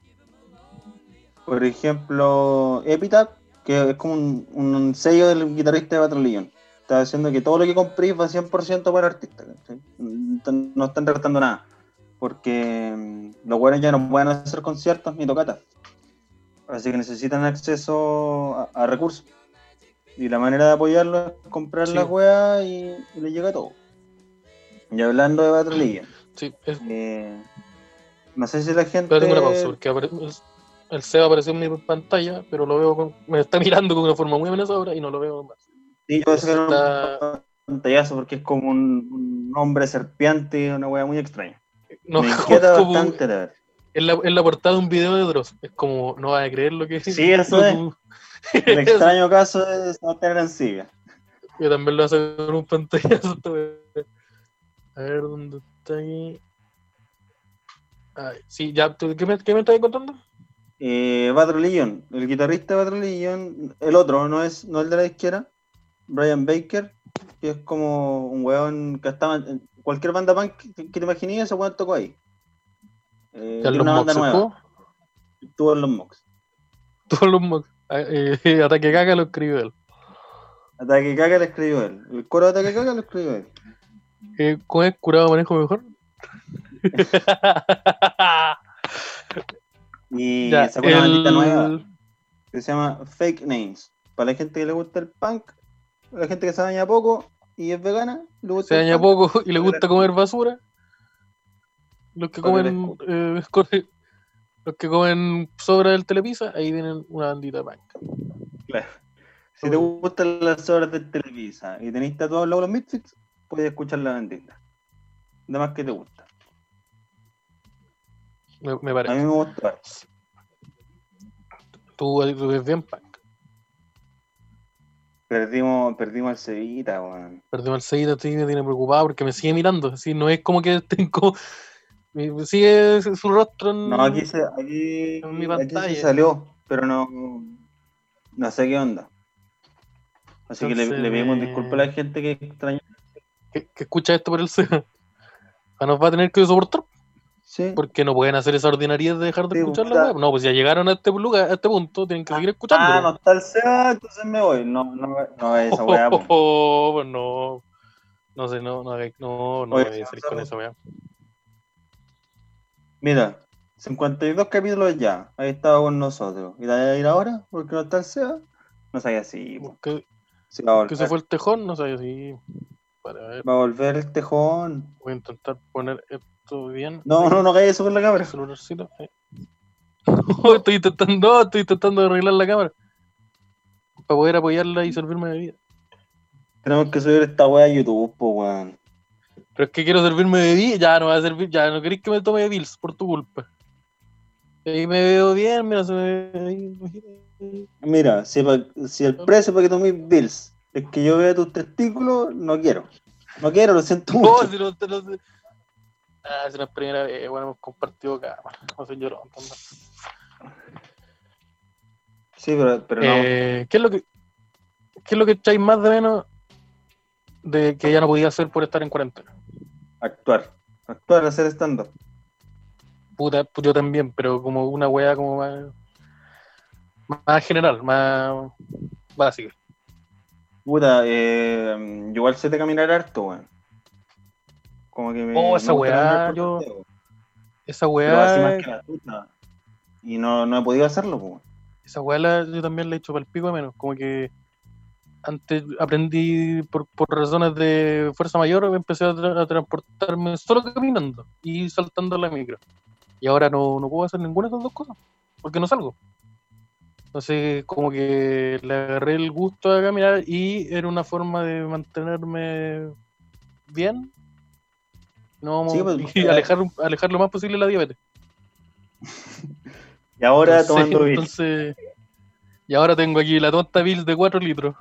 Por ejemplo, Epitaph, que es como un, un sello del guitarrista de Bad Religion. Está haciendo que todo lo que compré va cien por ciento para el artista. ¿Cachai? No están recortando nada. Porque mm, los buenos ya no pueden hacer conciertos ni tocatas. Así que necesitan acceso a, a recursos. Y la manera de apoyarlo es comprar Sí. las weas y, y les llega todo. Y hablando de Bad Religion, Sí, es, eh, no sé si la gente... pero tengo una pausa, porque apare- el, el Seba apareció en mi pantalla, pero lo veo con, me está mirando con una forma muy amenazadora y no lo veo más. Sí, yo voy a sacar Está- un pantallazo porque es como un, un hombre serpiente, una wea muy extraña. No, Me es inquieta como- bastante la verdad. Es la, es la portada de un video de Dross. Es como, no vas a creer lo que Sí, eso lo es. tú- El extraño caso de Sebastián Arancibia. Yo también lo voy a sacar un pantallazo. esta wea. A ver, ¿dónde está ahí? Ay, sí, ya, ¿tú- ¿qué me, qué me estás contando? Eh, Bad Religion, el guitarrista de Bad Religion, el otro, no es no el de la izquierda, Brian Baker, que es como un weón que estaba en cualquier banda punk que, que te imaginías, ese weón tocó ahí. Eh, Ya tiene los una banda mocks, nueva, ¿cómo? tuvo en los mocks. Todos los mocks. Ah, eh, Ataque Caca lo escribió él. Ataque Caca lo escribió él. El coro de Ataque Caca lo escribió él. Eh, ¿Cómo es? ¿Curado manejo mejor? Y Ya, sacó una bandita el- nueva que se llama Fake Names. Para la gente que le gusta el punk, la gente que se baña poco y es vegana, le gusta Se el daña punk, poco y le gusta comer basura. Los que Para que comen eh, con- los que comen sobra del Telepizza, ahí vienen una bandita de punk. Claro. Si te gustan las obras de Televisa y tenéis tatuados los Misfits, puedes escuchar la bandita. Nada más que te gusta. Me, me A parece. mí me gusta. Tú, tú ves bien punk. Perdimos, perdimos el Cevita, weón. Perdón, el seguida estoy me tiene preocupado porque me sigue mirando. Así, no es como que tengo. me- Sigue su rostro en, No, aquí se, aquí, en mi aquí pantalla. se salió, pero no, no sé qué onda. Así que le, Entonces, le pedimos me- disculpas a la gente que extraña. que, que escucha esto por el Seba. Ah, nos va a tener que soportar Sí. porque no pueden hacer esa ordinariedad de dejar de Sí, escuchar puta. la web. No, pues ya llegaron a este lugar, a este punto, tienen que seguir escuchando. Ah, no está el Seba, entonces me voy. No, no, no es esa weá. po. Oh, pues no. No sé, no, no, no, no Oye, voy a salir con esa weá. Mira, cincuenta y dos capítulos ya. Ahí estaba con nosotros. ¿Y te vas a ir ahora? ¿Porque no está el Seba? No sabía así. po. Que, Sí, va a que se volver. fue el tejón, no sé si. Para ver, Va a volver el tejón. voy a intentar poner esto bien. No, no, no caigas eso con la El cámara. celularcito. ahí. Oh, estoy intentando, no, estoy intentando arreglar la cámara. Para poder apoyarla y servirme de vida. Tenemos que subir esta weá a YouTube, po, weón. Pero es que quiero servirme de vida, ya no va a servir, ya no queréis que me tome Bills por tu culpa. Ahí me veo bien, mira, se me ve ahí. Mira, si, pa- si el precio para que tomes Bills es que yo vea tus testículos, no quiero. No quiero, lo siento No, mucho. si no, no sé. Ah, es la primera vez, bueno, hemos compartido cámara. No soy llorón, también. Sí, pero, pero no. Eh, ¿qué es lo que qué es lo que echáis más de menos de que ya no podía hacer por estar en cuarentena? Actuar. Actuar, hacer stand-up. Puta, pues yo también, pero como una weá como más, más general, más básica. Puta, eh, yo igual sé de caminar harto, weón. Como que me. Oh, esa me gusta weá, caminar por yo- Santiago, Esa Pero así más weá, que la puta. Y no, no he podido hacerlo, pues, weón. esa weá la- yo también la he hecho para el pico de menos. Como que antes aprendí por, por razones de fuerza mayor, empecé a, tra- a transportarme solo caminando y saltando la micro. Y ahora no, no puedo hacer ninguna de esas dos cosas, porque no salgo. Entonces, como que le agarré el gusto a caminar y era una forma de mantenerme bien, no Sí, pues, y eh, alejar, alejar lo más posible la diabetes. Y ahora Entonces, tomando Bill. entonces, y ahora tengo aquí la tonta Bill de cuatro litros.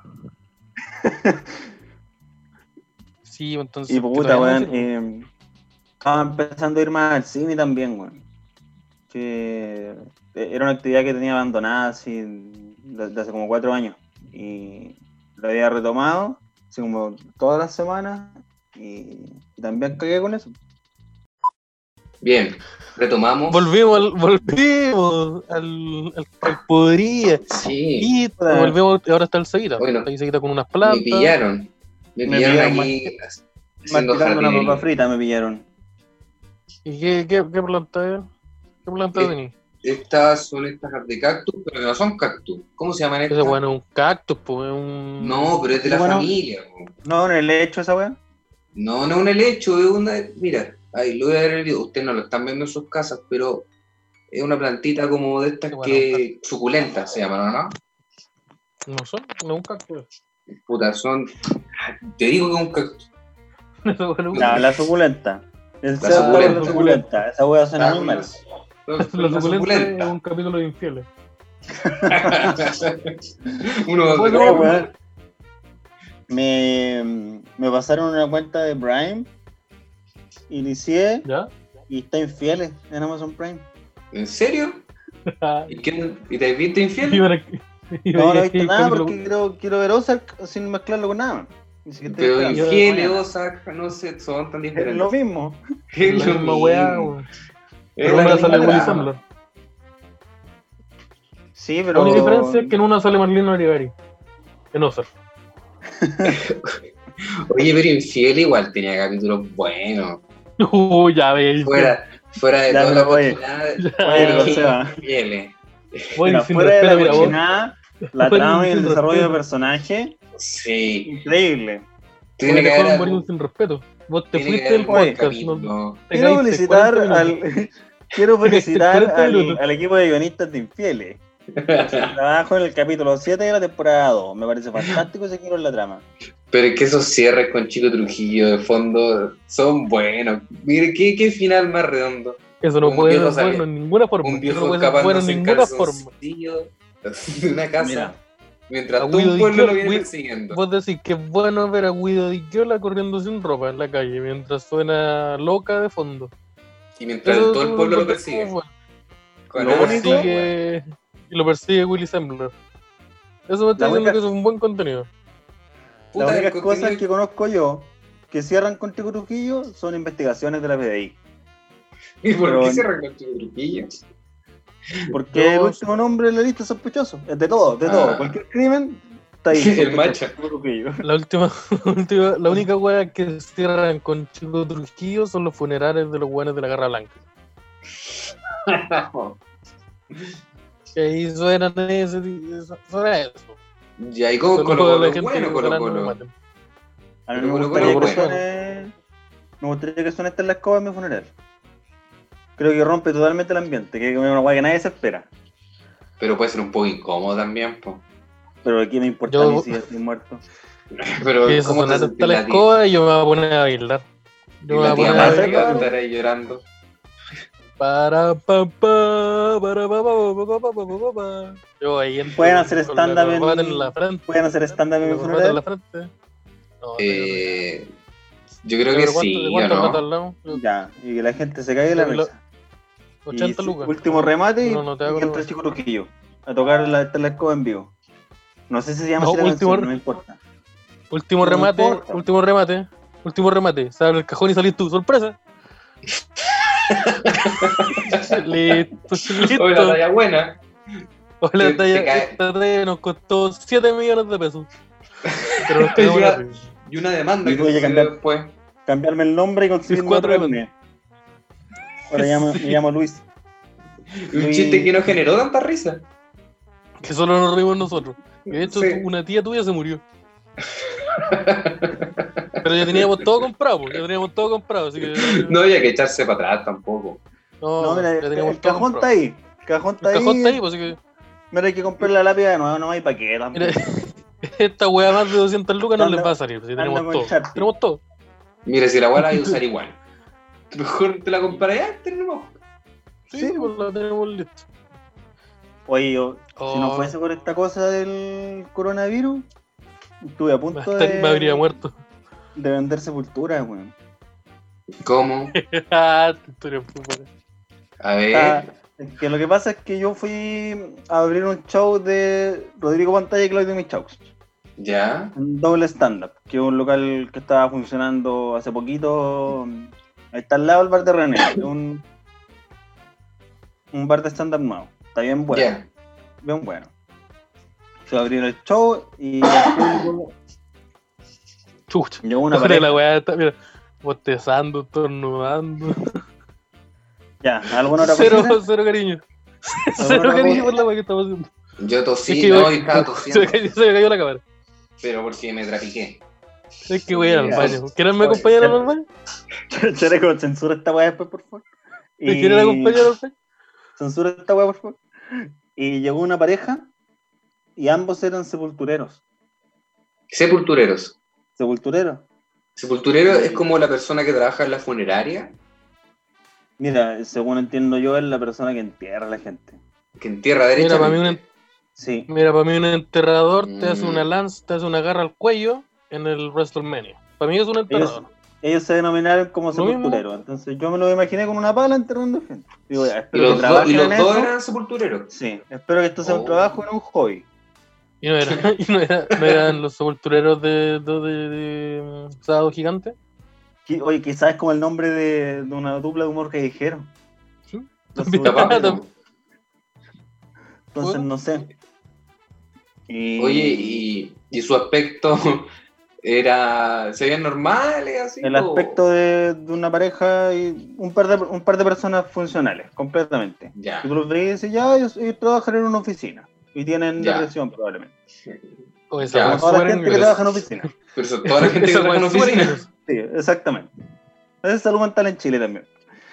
Sí, entonces. Y que puta, todavía no weón. sirve. Eh, estaba empezando a ir más al cine también, weón. Que era una actividad que tenía abandonada así desde hace como cuatro años. Y la había retomado, así como todas las semanas. Y, y también cagué con eso. Bien, retomamos. Volvimos al, volvimos al, al, al podría. Sí, Y Puta. volvemos, ahora está el Seguita. Bueno, Está el Seguita con unas me plantas. pillaron. Me, Me pillaron pillaron aquí haciendo Masticando una jardinería. papa frita me pillaron. ¿Y qué, qué, qué planta es? ¿Qué planta Eh, tenés? Estas son estas de cactus, pero que no son cactus. ¿Cómo se llaman estas? Ese bueno es un cactus, pues es un. No, pero es de la Bueno. familia. Po. No, no le he hecho esa weá. No, no es un helecho, es una... Mira, ahí lo voy a ver en el video. Ustedes no lo están viendo en sus casas, pero es una plantita como de estas Qué bueno, que... suculentas se llaman, ¿no? No son, no es un cactus. Puta, son... Te digo que es un cactus. Ese bueno es un- No, la suculenta. El La cerdo de suculenta. la suculenta. Esa weá suena Ah, muy mal. Son- La son la suculenta es suculenta. un capítulo de infieles. Uno Bueno, de No, weón. Me, me pasaron una cuenta de Prime, inicié ¿Ya? y está infieles en Amazon Prime. ¿En serio? ¿Y, qué, ¿Y te has visto Y infiel? para- y No, no he veía visto el nada capítulo- porque quiero, quiero ver Ozark sin mezclarlo con nada. Ni siquiera estoy Pero esperando. infieles, Osaka, no sé, son tan Es diferentes. lo mismo. Es la lo misma weá, mismo. weón. Es Pero la una misma sale Willy trama. Sandler. Sí, La pero. única diferencia es que en una sale Marlene Olivari. En Ozark. Oye, pero infiel igual tenía capítulos buenos. Uh, ya veis. Fuera, fuera de Ya, toda pero la oye, cochinada. oye, eh, Joseba. infieles. Voy Mira, sin fuera de respeto, la mira vos. cochinada, la Fuera trama y el sin desarrollo de respeto. personaje, Sí. increíble. Tiene Oye, que te haber un morir algún- sin respeto. Vos te tiene que fuiste haber del algún podcast. capítulo. No, te Quiero caíste felicitar cuarenta al. minutos. Quiero felicitar cuarenta al, minutos. al equipo de guionistas de Infieles. Su trabajo en el capítulo siete de la temporada dos. Me parece fantástico ese giro en la trama. Pero es que esos cierres con Chico Trujillo de fondo son buenos. Mire, ¿qué, qué final más redondo? Eso no Un puede viejo ser bueno sale- en ninguna forma. Un Eso viejo no puede ser bueno en escapándose en ninguna forma. calzoncillo de una casa. Mira, mientras A todo Guido un Di pueblo Chiola- lo viene Gui- persiguiendo. Vos decís que es bueno ver a Guido Di Chiola corriendo sin ropa en la calle mientras suena loca de fondo. Y mientras Eso todo el tú pueblo lo encontrás persigue. como bueno. Con Lo Lo asco, único- weón. persigue y lo persigue Willy Sandler. Eso me está La diciendo única- que es un buen contenido. Puta, las el únicas contenido- cosas que conozco yo que cierran con Chico Trujillo son investigaciones de la P D I. ¿Y por Pero- qué se arregló Chico Trujillo? Porque Yo- el último nombre en la lista es sospechoso. Es de todo, de Ah. todo. Cualquier crimen está ahí. El sospechoso, macho. Chico Trujillo. La última, última- la única wea que cierran con Chico Trujillo son los funerales de los weones de la Garra Blanca. Que ahí suenan ese, eso- suena eso. Ya, y con Solo Colo la Colo, gente bueno que Colo ojalá no me Colo. maten. A mí Pero me Colo gustaría Colo que bueno. suene. Me gustaría que suene esta en la escoba en mi funeral. Creo que rompe totalmente el ambiente, que es una guay que nadie se espera. Pero puede ser un poco incómodo también, po. Pero aquí me importa Yo- a mí si estoy muerto. Pero, Que eso ¿cómo te sonar sentís hasta la la tía? escoba y yo me voy a poner a bailar. Y Yo me voy la a tía poner a Marta que va a bailar. estar ahí llorando. Para pa pa para pa pa pa pa pa pa pa pa. Yo ahí entro Pueden con- hacer con la stand-up en- corbata en la frente. ¿Pueden hacer stand-up en La mi corbata en la funeral? frente. No, Eh, yo creo pero que ¿cuánto- sí, ¿de ¿o cuánto plata no? hablamos? Ya, y que la gente se caiga de la Yo lo- risa. ochenta Y lucas. último remate y, No, no te y hago entra nada. Chico Trujillo. a tocar la, la escoba en vivo. No sé si se llama No, así la último- canción, no me importa. Último No remate, importa. último remate, último remate. Se abre el cajón y salís tú, sorpresa. listo, listo. Oye, la talla buena. Oye, la Te- te talla, cae. esta talla nos costó siete millones de pesos. Pero nos quedamos Ya. arriba. Y una demanda Y que tuve que se cambiar. dio después. Cambiarme el nombre y conseguirme Cuatro otro demandas. carnet. Ahora llamo- me llamo Luis. Un Luis- chiste que no generó tanta risa. Que solo nos reímos nosotros. Y de hecho, Sí. tu- una tía tuya se murió. Pero ya teníamos todo comprado, pues, ya teníamos todo comprado, así que. No había que echarse para atrás tampoco. No, No, mira, ya el, teníamos el todo cajón está comprado. ahí. El cajón está El ahí. cajón está ahí, pues, así que. Mira, hay que comprar la lápida de nuevo, no hay para qué. Mira, esta weá más de doscientas lucas no Anda- les va a salir, si anda tenemos con todo. Sharpie. Tenemos todo. Mira, si la weá la hay a usar igual. Mejor te la compraré ya, tenemos. Sí, Sí, pues la tenemos lista. Oye, yo, si no Oh. fuese por esta cosa del coronavirus, estuve a punto Me de, me habría muerto. de vender sepultura, weón. ¿Cómo? Ah, esta historia es muy buena. A ver. Ah, es que lo que pasa es que yo fui a abrir un show de Rodrigo Pantalla y Claudio Michaux. Ya. Un doble stand-up, que es un local que estaba funcionando hace poquito. Ahí está al lado del bar de René. Es un, un bar de stand-up nuevo. Está bien bueno. Ya. Bien bueno. Se abrió el show y el público Chucha. llegó una Ahora pareja. la weá está, mira, bostezando, estornudando. Ya, ¿alguna otra Cero, cosita? cero cariño. ¿Alguna Cero otra cariño cosa? por la weá que estamos haciendo. Yo tosí, Es que, no, weón, y estaba se, tosiendo. me cayó, se me cayó la cámara. Pero porque me trapiqué. Es que voy a ir al Ya. baño. ¿Quieren me Oye, acompañar ya- al baño? Chaleco, censura esta weá después, por favor. ¿Me quieren acompañar al baño? Censura esta weá, por favor. Y llegó una pareja y ambos eran sepultureros. Sepultureros. ¿Sepultureros? Sepulturero es como la persona que trabaja en la funeraria, Mira, según entiendo yo, es la persona que entierra a la gente. que entierra Mira, derechamente. para mí un, Sí. mira, para mí un enterrador te hace Mm. una lanza, te hace una garra al cuello en el WrestleMania. Para mí es un enterrador. Ellos se denominaron como Lo mismo. sepultureros. Entonces yo me lo imaginé con una pala enterrando gente. Digo, ya, Y espero los, que do- trabajen y los en dos eso. eran sepultureros. Sí, espero que esto sea Oh. un trabajo y no un hobby. Y no, era, y no, era- no eran los sepultureros de, de, de, de, mm, Sábado Gigante. Qui- Oye, quizás es como el nombre de, de una dupla de humor callejero. Sí. Los También. Capaz, sepultureros. ¿no? Entonces Bueno. no sé. Y... Oye, y, y su aspecto era. ¿Se veían normales así? El o- aspecto de, de una pareja y un par de, un par de personas funcionales, completamente. Ya. Y tú los ves y dices, ya, ellos, ellos trabajan en una oficina. Y tienen Ya. depresión probablemente. O Ya, esa Como weá toda la súper gente que inglesa. trabaja en oficina. Pero son toda la gente que Esa trabaja en weá súper oficina. inglesa. Sí, exactamente. Es salud mental en Chile también.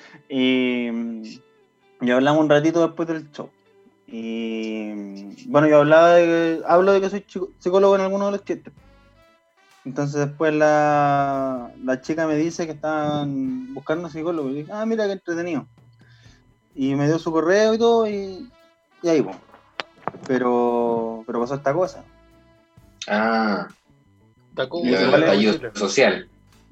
Y, y hablamos un ratito después del show. Y bueno, yo hablaba de que, hablo de que soy chico- psicólogo en algunos de los chistes. Entonces después la, la chica me dice que estaban buscando psicólogo. Y dije, ah, mira qué entretenido. Y me dio su correo y todo, y, y ahí, pues. Pero, pero pasó esta cosa. Ah, Está como- el igual es estallido posible. social.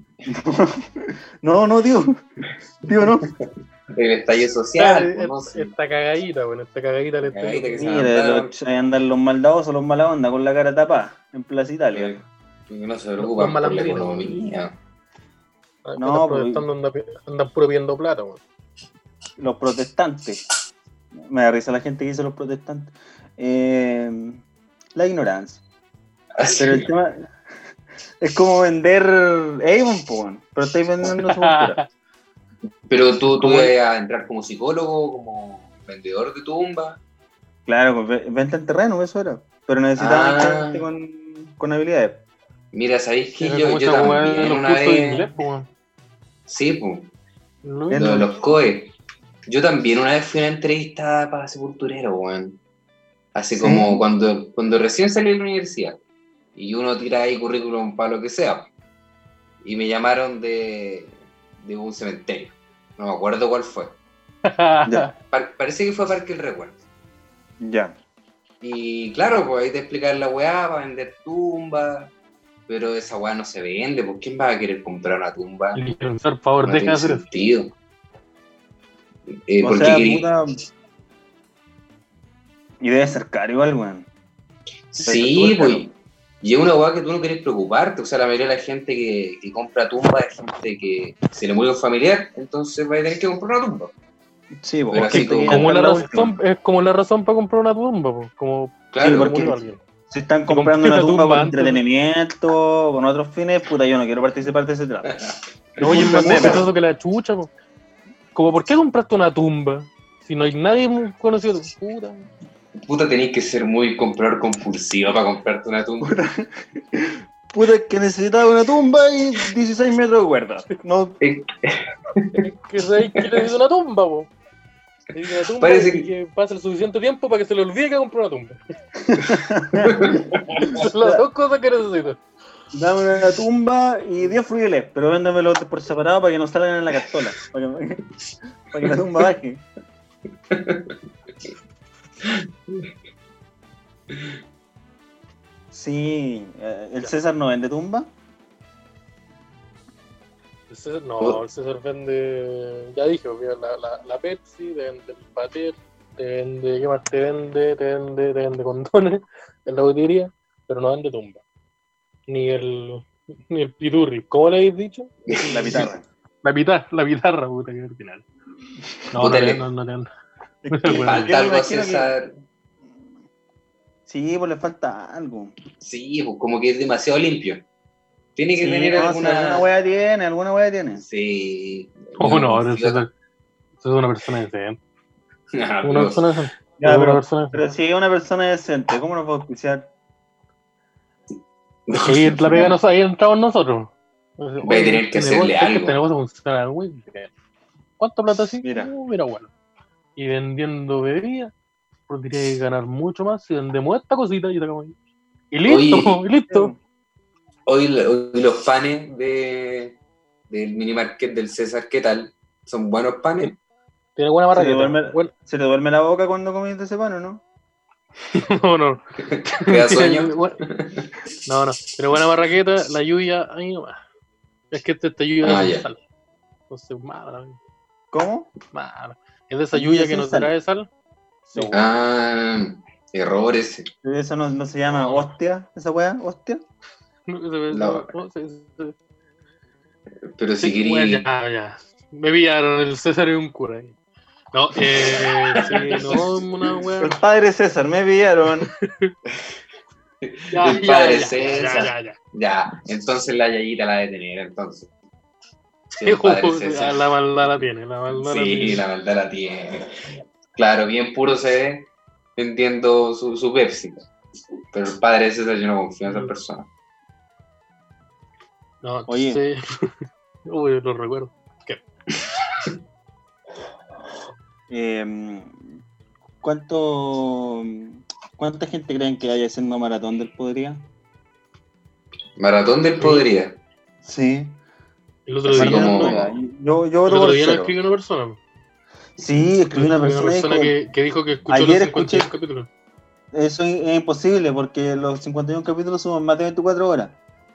No, no, tío. Tío, no. El estallido Ah, social. es- no sé. Esta cagadita, bueno, esta cagadita le Cagadita que se Mira, mandaron. los, ahí andan los maldadosos, los mala onda, con la cara tapada, en Plaza Italia. Eh, No se preocupan Los por la malandrinos. economía. No, No, pues- protestando, andan, andan puro pidiendo plata, weón. Los protestantes. Me da risa la gente que dice los protestantes. Eh, la ignorancia. Así. Pero el tema es como vender Avon, po, weón. Pero estáis vendiendo sepultura. Pero tú, tú ¿Cómo? ibas a entrar como psicólogo, como vendedor de tumba. Claro, pues, ve- venta en terreno, eso era. Pero necesitaban Ah. gente con, con habilidades. Mira, ¿sabéis que Era yo, como yo esa weá de también los una cursos de vez... inglés, po, weón. Sí, pues, Lo- En- lo de los C O E. Yo también una vez fui a una entrevista para sepulturero, weón. Así ¿Sí? como cuando, cuando recién salí de la universidad. Y uno tira ahí currículum para lo que sea. Y me llamaron de, de un cementerio. No me acuerdo cuál fue. Ya. Pa- parece que fue Parque El Recuerdo. Ya. Y claro, pues ahí te explican la weá para vender tumbas. Pero esa weá no se vende. ¿Por quién va a querer comprar una tumba? Y por favor, No deja tiene de hacer eso. sentido. Eh, O porque sea, querí- puta, Y debe ser caro igual, weón. Sí, pues. Y es una weá que tú no querés preocuparte. O sea, la mayoría de la gente que, que compra tumba es gente que se le murió un familiar, entonces va a tener que comprar una tumba. Sí, Pero porque así como- Como la la razón, es como la razón para comprar una tumba, po. Como Claro, Sí, que porque murió alguien. si están Si comprando compré una una tumba tumba por antes- entretenimiento, con otros fines, puta, yo no quiero participar de ese trato. No, oye, es Puta más meme. costoso que la chucha, po. Como, ¿por qué compraste una tumba? Si no hay nadie muy conocido. Puta. Puta, tenés que ser muy comprador compulsivo para comprarte una tumba. Puta, es que necesitaba una tumba y dieciséis metros de cuerda. No, Eh, Es que sabéis que necesita una tumba, po. Necesita una tumba Parece y que- que pase el suficiente tiempo para que se le olvide que compró una tumba. Son las dos cosas que necesito. dame una tumba y diez frieles, pero véndamelo por separado para que no salgan en la cartola. Para que, para que la tumba baje. Sí, eh, el César no vende tumba. El César, no, el César vende, ya dije, obvio, la, la, la Pepsi, te vende el Pater, te vende, ¿qué más te vende? Te vende, te vende condones en la botillería, pero no vende tumba. Ni el, ni el piturri, ¿cómo le habéis dicho? La guitarra. La guitarra, la guitarra, puta, que original. No, no, Puta, te- le- no, no, te vende. Es Le que Le yo falta me algo a imagino que- César. Sí, pues le falta algo. Sí, pues como que es demasiado limpio. Tiene que Sí, tener no, si alguna. alguna wea tiene, alguna wea tiene. Sí. Oh, no, confío- el César, César es una persona decente. Ah, Una pero- persona decente. Ya, una pero, persona decente. pero si es una persona decente, ¿cómo nos va a auspiciar? Es que ahí la pega nos, ahí entramos nosotros. Voy a tener que Este hacerle negocio- es que algo. Este negocio funciona muy bien. ¿Cuánto plata así? Mira. Uh, mira, bueno. Y vendiendo bebidas, podrías ganar mucho más si vendemos esta cosita y sacamos ahí. Y listo, Oye, y listo. Hoy, hoy los panes de, del mini market del César, ¿qué tal? ¿Son buenos panes? Tiene buena ¿Se te, barraqueta. duerme, Bueno, ¿Se te duerme la boca cuando comiste ese pan o no? no, no. ¿Te da sueño? No, no. Tiene buena barraqueta, la lluvia, ahí nomás. Es que esta, esta lluvia Ah, es ya. sin sal. Entonces, mala, ¿Cómo? mala. Es de esa Lluvia lluvia que sin nos sal. trae sal. Sí. Ah, error ese. ¿Eso no, no se llama hostia, esa wea? ¿Hostia? La- No, sí, sí. Pero si Sí, bueno, querí. ya, ya. Me pillaron el César y un cura ahí. No, eh, sí, no, una wea. El padre César, me pillaron. Ya, el ya, padre ya, César. Ya, ya, ya. Ya, entonces la Yayita la de tener, entonces. Sí, Sí, el padre uh, César. la maldad la tiene, la maldad la Sí, tiene. la maldad la tiene. Claro, bien puro se ve vendiendo su, su Pepsi. Pero el padre de César yo no confío en esa persona. No, Oye. sí. Uy, lo recuerdo. ¿Qué? Eh, ¿cuánto, ¿Cuánta gente creen que haya haciendo maratón del Podría? Maratón del Sí. Podría. Sí. El otro Así día, como- ¿no? Yo, yo El voto otro por día no cero. escribió una persona. Sí, escribí una persona, y dijo, que, que dijo que escuchó Ayer los cincuenta y uno escuché- capítulos. eso es imposible porque los cincuenta y uno capítulos suman más de veinticuatro horas.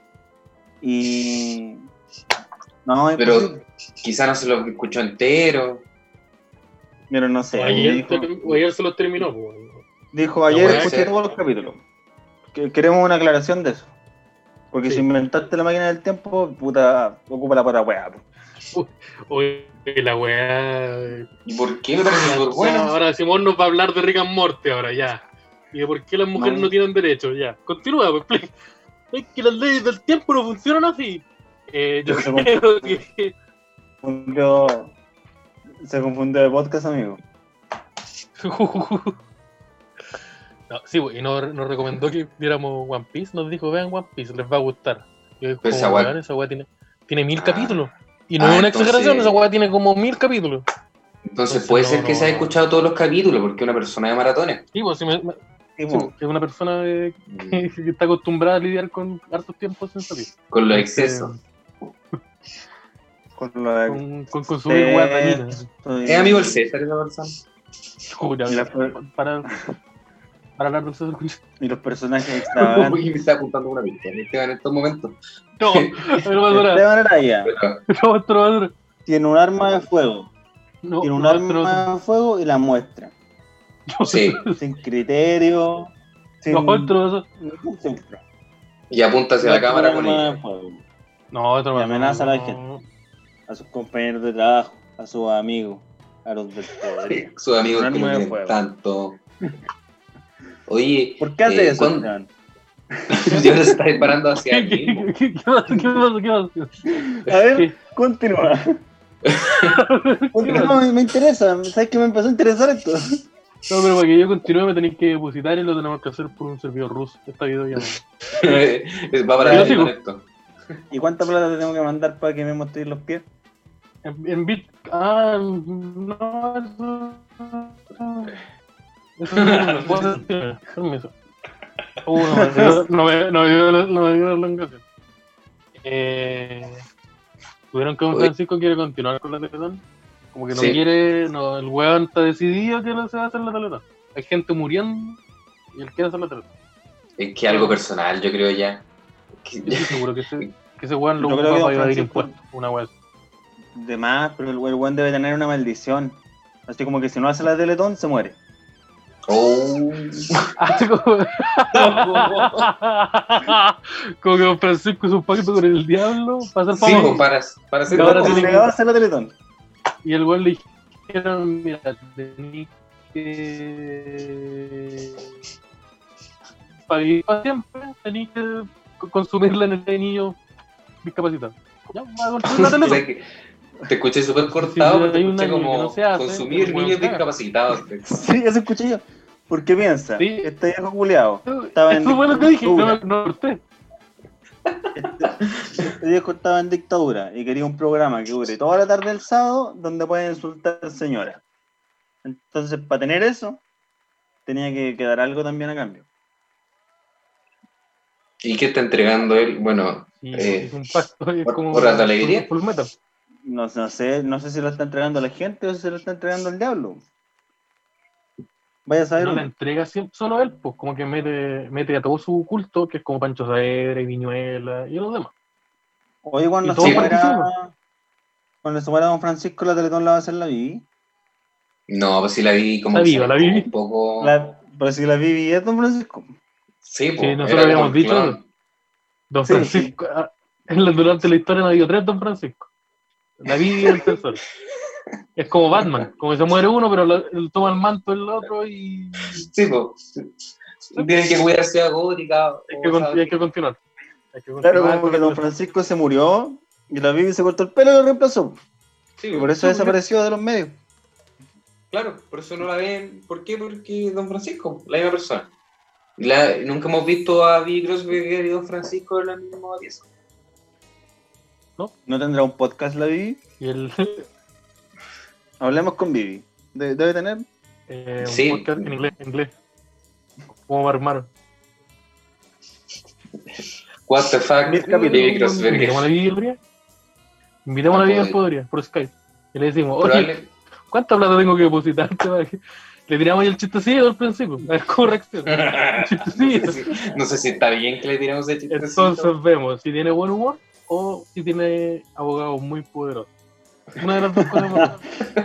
Y... No, es Pero imposible. quizá no se lo escuchó entero. Pero no sé, O ayer, dijo, ter- o ayer se los terminó. Pues. dijo, ayer puede escuché ser. todos los capítulos. Que- Queremos una aclaración de eso. Porque Sí. si inventaste la máquina del tiempo, puta, ocupa la para weá. po. Oye, la weá. ¿Y por qué me parece súper bueno? Ahora Simón nos va a hablar de Rick and Morty ahora, ya. Y de por qué las mujeres No. no, tienen derechos, ya. Continúa, pues. explica. Es que las leyes del tiempo no funcionan así. Eh, yo Se creo que. confundió, se confundió de podcast, amigo. No, sí, pues, y nos, nos recomendó que viéramos One Piece, nos dijo, vean One Piece, les va a gustar. Y es Pero como, esa weá- weón, esa weá tiene, tiene mil Ah. capítulos. Y no Ah, es una entonces- exageración, esa weá tiene como mil capítulos. Entonces Entonces, puede no, ser que no, se haya no. escuchado todos los capítulos, porque es una persona de maratones. Sí, pues, si me- me- Sí, sí, po. es una persona de- que está acostumbrada a lidiar con hartos tiempos sin salir. Con los Entonces, excesos. Con lo Con, con consumir Eh, weas dañinas. Estoy- ¿Es amigo del César esa persona? Jura, y la- para, para hablar del César Cuña. Y los personajes extravagantes. Uy, me está apuntando una pistola Esteban, en estos momentos. No, a ver, no pasa nada. Esteban Araya Pero, No, esto no va a ser- tiene un arma de fuego. no, Tiene un no, esto no va a ser- arma de fuego y la muestra. Sí, sin criterio, sin, No, otro, ningún filtro. y apunta hacia la cámara con Arma de ella. fuego. no, otro Y más, amenaza a la no. gente. A sus compañeros de trabajo, a sus amigos, a los del poder. Sus amigos Un que arma lo de quieren fuego. tanto. Oye, ¿Por qué hace eh, eso, cuán- Esteban? yo lo está disparando hacia ¿Qué, mí. qué, qué, qué pasa? ¿Qué pasa? ¿Qué pasa? A ver, ¿Qué? continúa. Continúa, me, me interesa. ¿Sabes que me empezó a interesar esto? No, pero para que yo continúe me tenéis que depositar y lo tenemos que hacer por un servidor ruso. Esta videollamada. Va para Yo la sigo. esto. ¿Y cuánta plata te tengo que mandar para que me mostres los pies? En, en bit. Ah, no, eso. Eso no lo puedo hacer. Permiso. Uh, no me dio, no me, no me dio, la- no me dio la elongación. Eh. Tuvieron que Don Uy. Francisco quiere continuar con la Teletón. Como que no Sí. quiere, no, el weón está decidido que no se va a hacer la Teletón. Hay gente muriendo y él quiere hacer la Teletón. Es que algo personal, yo creo ya. Que- Yo estoy seguro que ese, que ese weón lo Yo ocupa creo que para Don evadir Francisco- impuestos. Una weá así. De más, pero el el weón debe tener una maldición. Así como que si no hace la Teletón, se muere. Oh. Así como... como que Don Francisco hizo un pacto con el diablo para ser Sí, famoso. pues, para, para hacer Y ahora la tiene cosa. que- Obligado a hacer la Teletón. Y el weón le dijeron, mira, tenés que... Para vivir para siempre, tenés que co- consumir la energía de niños discapacitados. Ya, va a construir la O sea Teletón. que te escuché súper cortado, Sí, pero te hay un escuché año que como no se hace, consumir pero bueno, niños se haga. discapacitados. Sí, eso escuché yo. Porque piensa, Sí. este viejo culiado, estaba en Eso fue lo que dije, no dictadura. me no, usted. Este viejo estaba en dictadura y quería un programa que dure toda la tarde del sábado donde pueden insultar señoras. Entonces, para tener eso, tenía que quedar algo también a cambio. ¿Y qué está entregando él? Bueno, Y Eh, hizo un pacto, es ¿hor- como horas de alegría? Full Metal. No, no sé, no sé si lo está entregando a la gente o si se lo está entregando al diablo. Vaya a saber No la uno. entrega siempre solo él, pues como que mete, mete a todo su culto, que es como Pancho Saavedra y Viñuela y los demás. Oye, cuando Y se todos muera, participan. cuando se muera Don Francisco, la Teletón la va a hacer la Vivi. no, pues sí la vi como La que viva, se la alejó vi. un poco. La, pero si la Vivi es Don Francisco. Sí, pues, Sí, era nosotros como habíamos el dicho clon. eso. Don Sí, Francisco, ah, en la- durante la historia no ha habido tres Don Francisco. La vi y el tercero. Es como Batman, como que se muere uno, pero lo- él toma el manto del otro y Sí, pues. Tienen que cuidarse a gótica. hay que, con- y hay que continuar. Hay que Claro, continuar como con que la Don tradición. Francisco se murió y la Vivi se cortó el pelo y lo reemplazó. Sí, Y por eso sí, desapareció de los medios. Claro, por eso no la ven. ¿Por qué? Porque Don Francisco, la misma persona. La, nunca hemos visto a Bill Grosberger y Don Francisco en la misma pieza. ¿No tendrá un podcast la Vivi? Y el, Hablemos con Vivi. De- debe tener. eh, un Sí. podcast en inglés, en inglés. Como armaron. What the fuck, Mil capítulos. Bill Invitemos a la Grosberger. Vivi Podría. Invitemos a la Ah, Vivi podría. Podría, por Skype. Y le decimos, oye, Probable- ¿cuánta plata tengo que depositarte? para que-?" Le tiramos ahí el chistecillo al principio, a ver cómo reacciona. no, Chistecillo. sé si, no sé si está bien que le tiremos ese chistecito. Entonces vemos si tiene buen humor o si tiene abogados muy poderosos. Una de las dos cosas. más-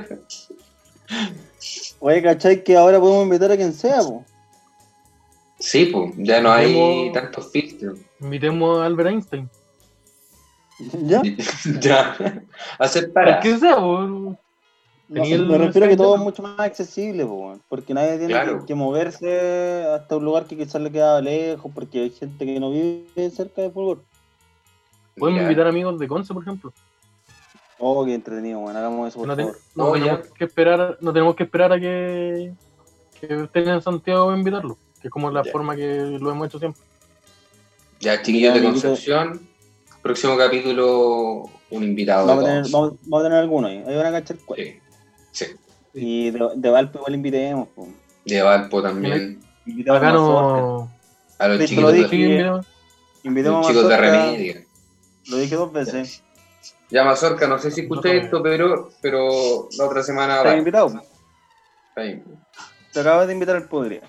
Oye, ¿cachai? Que ahora podemos invitar a quien sea, po. Sí, pues, ya no hay Tenemos- tantos filtros. Invitemos a Albert Einstein. ¿Ya? Ya, aceptará. Al que sea, po. No, Tenía el me refiero a que todo es Skype. mucho más accesible, po, weón, porque nadie tiene Claro. que, que moverse hasta un lugar que quizás le queda lejos, porque hay gente que no vive cerca de Fulgor. Podemos Ya. invitar amigos de Conce, por ejemplo. Oh, qué entretenido, weón, hagamos eso, por No, ten- favor. no Oh, tenemos que esperar, no tenemos que esperar a que, que estén en Santiago para invitarlo, que es como la Ya. forma que lo hemos hecho siempre. Ya, chiquillos de Ya, amiguito. Concepción, próximo capítulo, un invitado Vamos a, de tener, todos. vamos, vamos a tener algunos ahí, ahí van a cachar cuál. Sí, sí. Y de, de Valpo igual invitemos, po. De Valpo también. Invitemos Acá a Mazorca. no. A los Listo, chicos, lo de, dije. Sí, mira, Invitemos los a chicos de Mazorca. Remedio. Lo dije dos veces. Ya, Mazorca, no sé si escuché Nosotros- esto, pero, pero la otra semana ¿Estás va. invitado? Está bien. Te acabas de invitar al Podría.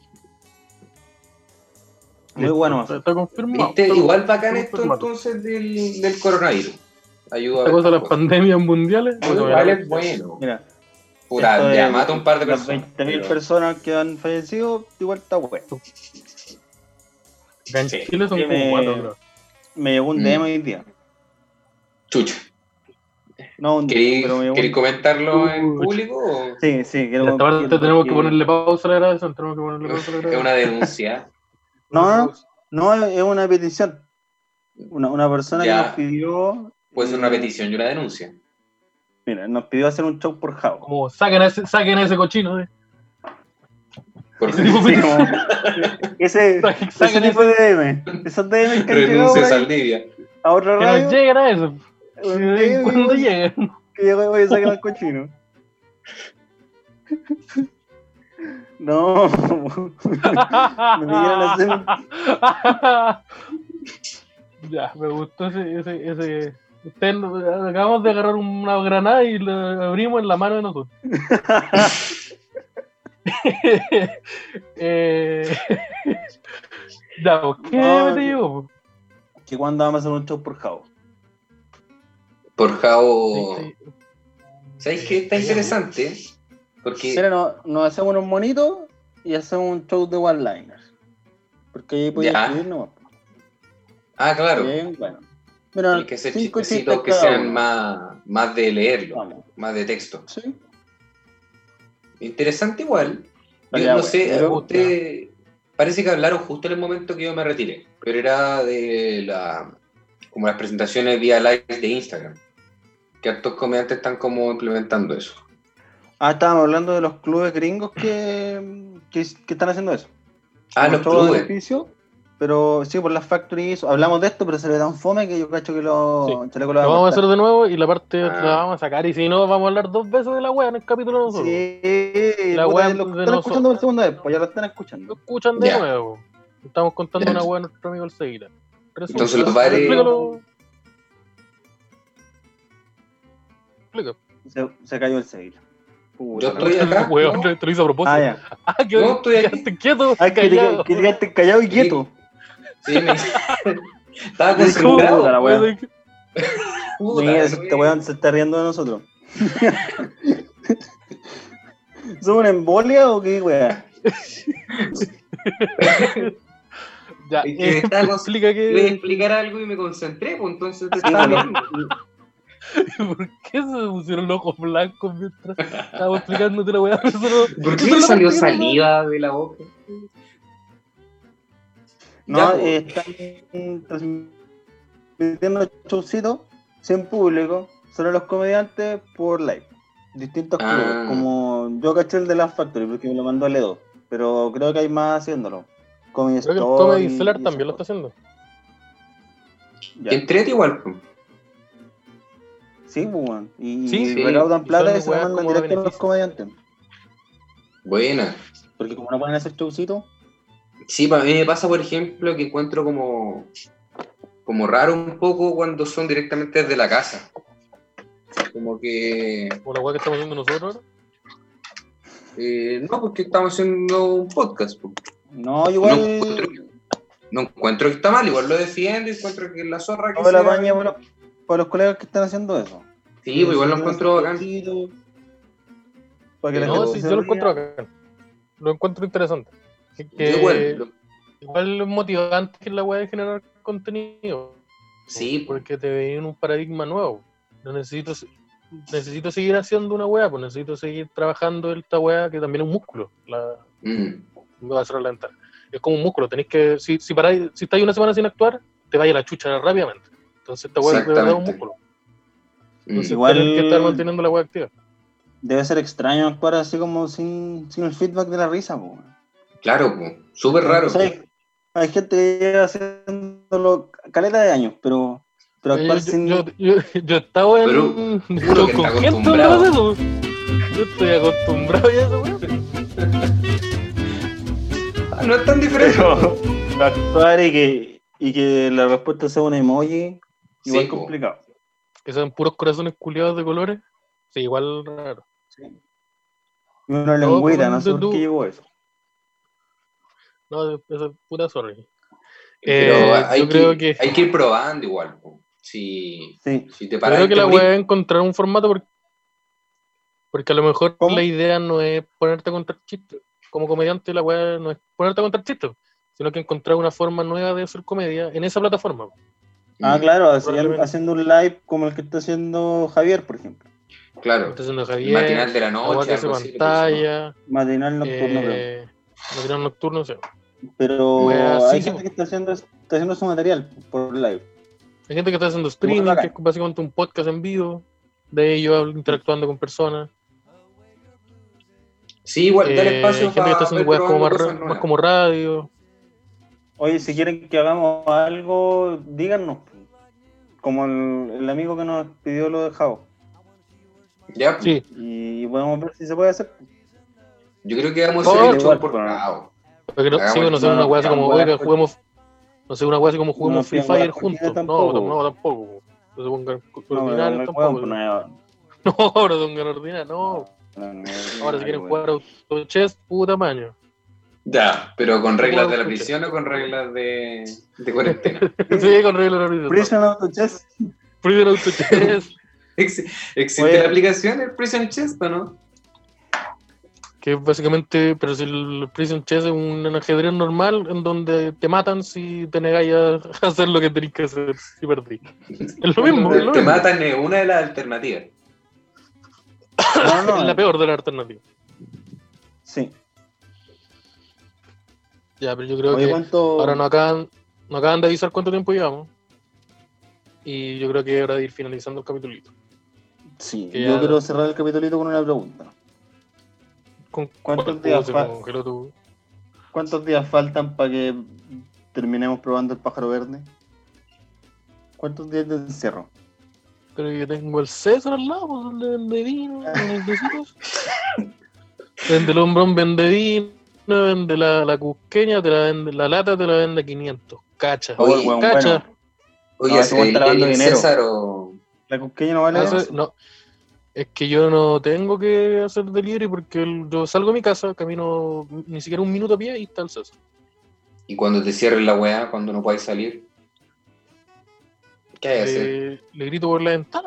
Muy listo, bueno, Está, Mazorca. está confirmado. ¿Viste? Está- Igual bacán está esto confirmado. entonces del, del coronavirus. Ayuda a Esta ver cosa de las cosas. pandemias mundiales. Igual bueno, es bueno. Mira, Puta, Esto ya, es- mata un par de las personas. veinte mil pero- personas que han fallecido, igual está bueno. Acá en Sí. Chile son Que como me- cuatro, creo. Me llegó un Mm. D M hoy día. Chucha. No, un ¿Queréis pero me llegó queréis un... comentarlo en Uy. público o Sí, sí, Y quiero esta parte porque- tenemos que ponerle pausa a la grabación, tenemos que ponerle pausa a la es grabación. una denuncia? No, no, no, es una petición. Una, una persona Ya. que nos pidió... Puede ser una eh, petición y una denuncia. Mira, nos pidió hacer un show por Jao. Como saquen a ese, saquen a ese cochino, ¿eh? Por Ese tipo Sí, de- como- ese, Saquen ese tipo ese- de D M. Esos D M que han llegado por Renuncia ahí Saldivia. a otra Que radio. nos lleguen a eso. un Que D M cuando que- lleguen. Que llegó y voy a sacar al cochino. No, me quieran hacer Ya, me gustó ese, ese, ese. Usted, no- acabamos de agarrar una granada y la abrimos en la mano de nosotros. eh, ya, pues, ¿qué No, te digo? que cuando vamos a hacer un show por Jao. Por Jao. Sí, sí. ¿Sabéis qué? Está interesante. Porque. Mira, no, nos hacemos unos monitos y hacemos un show de one-liners. Porque ahí podía Ya. escribir nomás. Ah, claro. Bien, bueno. Mira, Hay que hacer cinco chistecitos chistes que cada sean uno. más, más de leerlo, Vamos. más de texto. Sí. Interesante igual. Yo Ya, no bueno, sé, pero- usted parece que hablaron justo en el momento que yo me retiré, pero era de la como las presentaciones vía live de Instagram, que hartos comediantes están como implementando eso. Ah, estábamos hablando de los clubes gringos que, que, que están haciendo eso. Ah, Como los show de clubes. beneficio, pero sí, por las factories. Hablamos de esto, pero se le dan fome que yo cacho que los Sí. chalecos lo Lo van vamos a cortar. hacer de nuevo y la parte Ah. la vamos a sacar. Y si no, vamos a hablar dos veces de la wea en el capítulo de nosotros. Sí, La puta, wea lo de están nosotros. escuchando por segunda vez, pues ya lo están Lo escuchando. escuchan de Ya. nuevo. Estamos contando Ya. una wea a nuestro amigo el Seguira. Resulta- Entonces los bares- Explícalo. Explica. Se, se cayó el seguir. Puta Yo la estoy wea. acá. Weón, ¿no? te lo hizo a propósito. Ah, ya. Ah, que No, estoy aquí. quedaste quieto, Ah, que te, callado. que te quedaste callado y quieto. Sí, me... Estaba Puta concentrado. la wea. Puta, Mira, no, este weón se está riendo de nosotros. ¿Somos una embolia o qué, weá? Ya, Es que eh, estaba con- explica Iba a que. explicar algo y me concentré, pues entonces te Sí, estaba bueno. viendo. ¿Por qué se pusieron los ojos blancos mientras estábamos explicándote la weá? Nosotros- ¿Por qué nosotros le la salió parte que no- saliva de la boca? No, Ya, pues. eh, están transmitiendo showcitos sin público, solo los comediantes por live. Distintos Ah. clubes, como yo caché el de la Factory porque me lo mandó Ledo, pero creo que hay más haciéndolo. Comedy Creo que el Store Comedy y- Cellar y también lo esas está haciendo. cosas. Que Ya. entrete igual, pues. Sí, pues, weón. Y Sí, sí. recaudan Y plata son y se lo weas mandan como a directo a los beneficio. comediantes. Buena. Porque como no pueden hacer showcitos, Sí, para mí me pasa, por ejemplo, que encuentro como, como raro un poco cuando son directamente desde la casa. Como que... Como la weá que estamos haciendo nosotros ahora. eh, no, porque estamos haciendo un podcast. Pues. no, igual No encuentro, no encuentro que está mal, igual lo defiendo, encuentro que es la zorra que toda la sea. paña para, para los colegas que están haciendo eso. Sí, pues igual lo Sí, encuentro bacán. showcitos, Para que la No, gente sí, se yo lo ría. encuentro bacán. Lo encuentro interesante. Que, que Yo igual, lo- igual es motivante que la weá de generar contenido. sí, pues. Porque te veis en un paradigma nuevo. No necesito, necesito seguir haciendo una weá, pues necesito seguir trabajando esta weá que también es un músculo. La, Mm. me va a cerrar la ventana. Es como un músculo, tenéis que, si, si paráis, si estáis una semana sin actuar, te vaya la chucha rápidamente. Entonces esta weá es de verdad un Exactamente. músculo. Mm. Entonces Igual- tenés que estar manteniendo la weá activa. Debe ser extraño actuar así como sin, sin el feedback de la risa, po. Claro, pues. Súper raro. O sea, hay, hay gente que lleva haciéndolo caleta de años, pero, pero Yo, actuar yo, sin... yo, yo, yo he estado en. Pero yo uno que con está gente acostumbrado. donde hace eso. Yo estoy acostumbrado ya a eso, weón. Ah, no es tan diferente. Pero actuar y que, y que la respuesta sea un emoji, igual Sí, po. complicado. Que son puros corazones culiados de colores. Sí, igual raro. Y una No, lengüita, con- no sé por tú- qué llegó eso. No, eso es pura sorry. Pero Eh, hay, yo que, creo que. hay que ir probando igual. po. Si, Sí. si te Yo paras creo y que te la morís, weá es encontrar un formato porque Porque a lo mejor ¿Cómo? la idea no es ponerte a contar chistes. Como comediante, la weá no es ponerte a contar chistes, sino que encontrar una forma nueva de hacer comedia en esa plataforma. Ah, claro, haciendo, Probablemente. haciendo un live como el que está haciendo Javier, por ejemplo. Claro. Está haciendo El Javier, matinal de la la weá noche, que hace algo así. pantalla, Matinal nocturno, creo. eh, matinal nocturno, o sea. Pero Wea, sí, hay sí, gente que está haciendo, está haciendo su material por live. Hay gente que está haciendo streaming, bacán. que es básicamente un podcast en vivo, de ellos interactuando con personas. Sí, igual, dale Eh, espacio hay gente que está para haciendo ir weas como probando más, cosas ra- más nuevas. como radio. Oye, si quieren que hagamos algo, díganos. Como el, el amigo que nos pidió lo de Jao. Ya, Sí, Y podemos ver si se puede hacer. yo creo que vamos Oh, a hacer el igual, show por pero- Cao. porque no, Hagamos sí, el no sé, no, una no, wea así no, como, weas oiga, por- juguemos, no sé, una wea así como No juguemos nos Free pidan weas Fire por juntos. tampoco. No, no, tampoco. No se pongan No, pero ordinarios no, tampoco. weón, no, No, ahora son ordinarios, no. no, no, Ahora si quieren weón. jugar auto chess, puta tamaño. Ya, pero con ¿Qué reglas puedo de la escuchar? prisión o con reglas de, de cuarentena. Sí, con reglas de Prison Auto Chess. Prison Auto Chess, Ex- ¿Existe Oye. la aplicación, el Prison Chest, o no? que es básicamente, pero si el Prison Chess es un ajedrez normal en donde te matan si te negáis a hacer lo que tenés que hacer si perdís. Es lo mismo, es lo Te mismo. matan es una de las alternativas. No, no, Es la peor de las alternativas. Sí. Ya, pero yo creo Oye, que ¿cuánto? ahora nos acaban, nos acaban de avisar cuánto tiempo llevamos. Y yo creo que es hora de ir finalizando el capitulito. Sí, que yo ya- quiero cerrar el capitolito con una pregunta. ¿Con ¿Cuántos cuál días pudo se fa- congeló tu- ¿Cuántos días faltan para que terminemos probando el pájaro verde? ¿Cuántos días de encierro? Pero yo tengo el César al lado, pues, el de vende vino, los besitos. Vende el hombrón, vende vino, vende la, la cusqueña, te la vende, la lata te la vende a quinientos. Cacha, Oye, weón, cacha. bueno. Oye, No, ¿se ese weón está vería lavando bien dinero. César o...? La cusqueña no vale Ah, eso. eso- no, es que yo no tengo que hacer delivery porque el- yo salgo de mi casa, camino ni siquiera un minuto a pie y está el César. Y cuando te cierren la weá, cuando no puedes salir, ¿qué hay que hacer? Le, le grito por la ventana.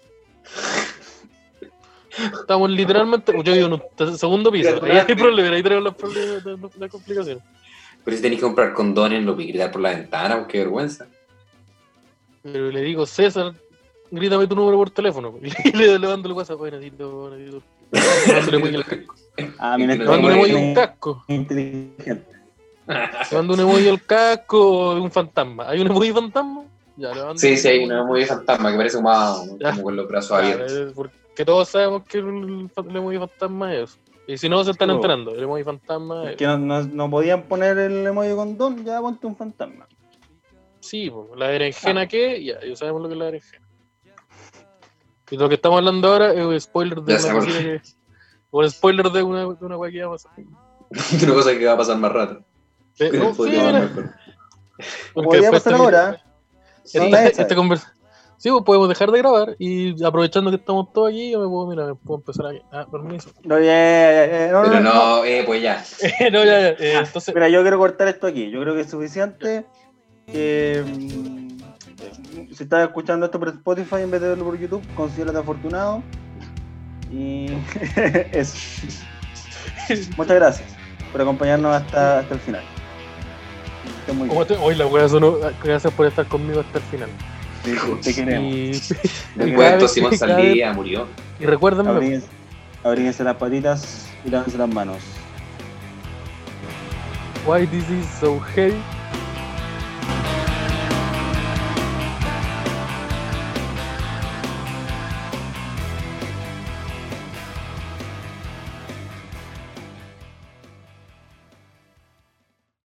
Estamos literalmente, yo vivo en un te- segundo piso, ahí hay problemas, ahí tenemos los problemas, de- de- las complicaciones. Pero si tenés que comprar condones, lo voy a gritar por la ventana, pues, qué vergüenza. Pero le digo, César, grítame tu número por teléfono. Y le, le mando el WhatsApp, oye, necesito, necesito. Le mando un emoji al casco. Ah, mira, Le Le este mando un Bueno, emoji a un weón casco. es inteligente. Le mando un emoji al casco de un fantasma. ¿Hay un emoji fantasma? Ya, le mando Sí, un sí, hay emoji. una muy fantasma que parece humano, Ya. como con los brazos Ya, abiertos. eh, porque todos sabemos que el, el emoji fantasma es eso. Y si no, se están Sí, po. enterando. El emoji fantasma Es es... que no, no, no podían poner el emoji con don, ya ponte un fantasma. Sí, po, la berenjena que, ya, ya sabemos lo que es la berenjena. Y lo que estamos hablando ahora es un spoiler de Ya una sabemos. cosita que. Un spoiler de una, de una weá que va a pasar. Una cosa que va a pasar más rato. Eh, Que no, sí, podría ser mira, mejor. porque Podría después pasar esta- ahora. Esta, Sí, esa esta es. conversa- Sí, pues podemos dejar de grabar y aprovechando que estamos todos aquí, yo me puedo, mira, me puedo empezar aquí. Ah, permiso. No, ya, ya, ya, ya, no, Pero no, no. no, eh, pues ya. no, ya, ya. eh, entonces, Mira, yo quiero cortar esto aquí. Yo creo que es suficiente. Que, mm, si estás escuchando esto por Spotify en vez de verlo por YouTube, considérate afortunado. Y eso. Muchas gracias por acompañarnos hasta, hasta el final. Estén muy ¿cómo bien. te- hoy la wea sonó. Gracias por estar conmigo hasta el final. Sí, te queremos. Y, El y cada cuento vez Simón que- cada vez- Saldía murió. y recuérdenme, Abríguense, abríguense las patitas y lávense las manos. why this is so heavy.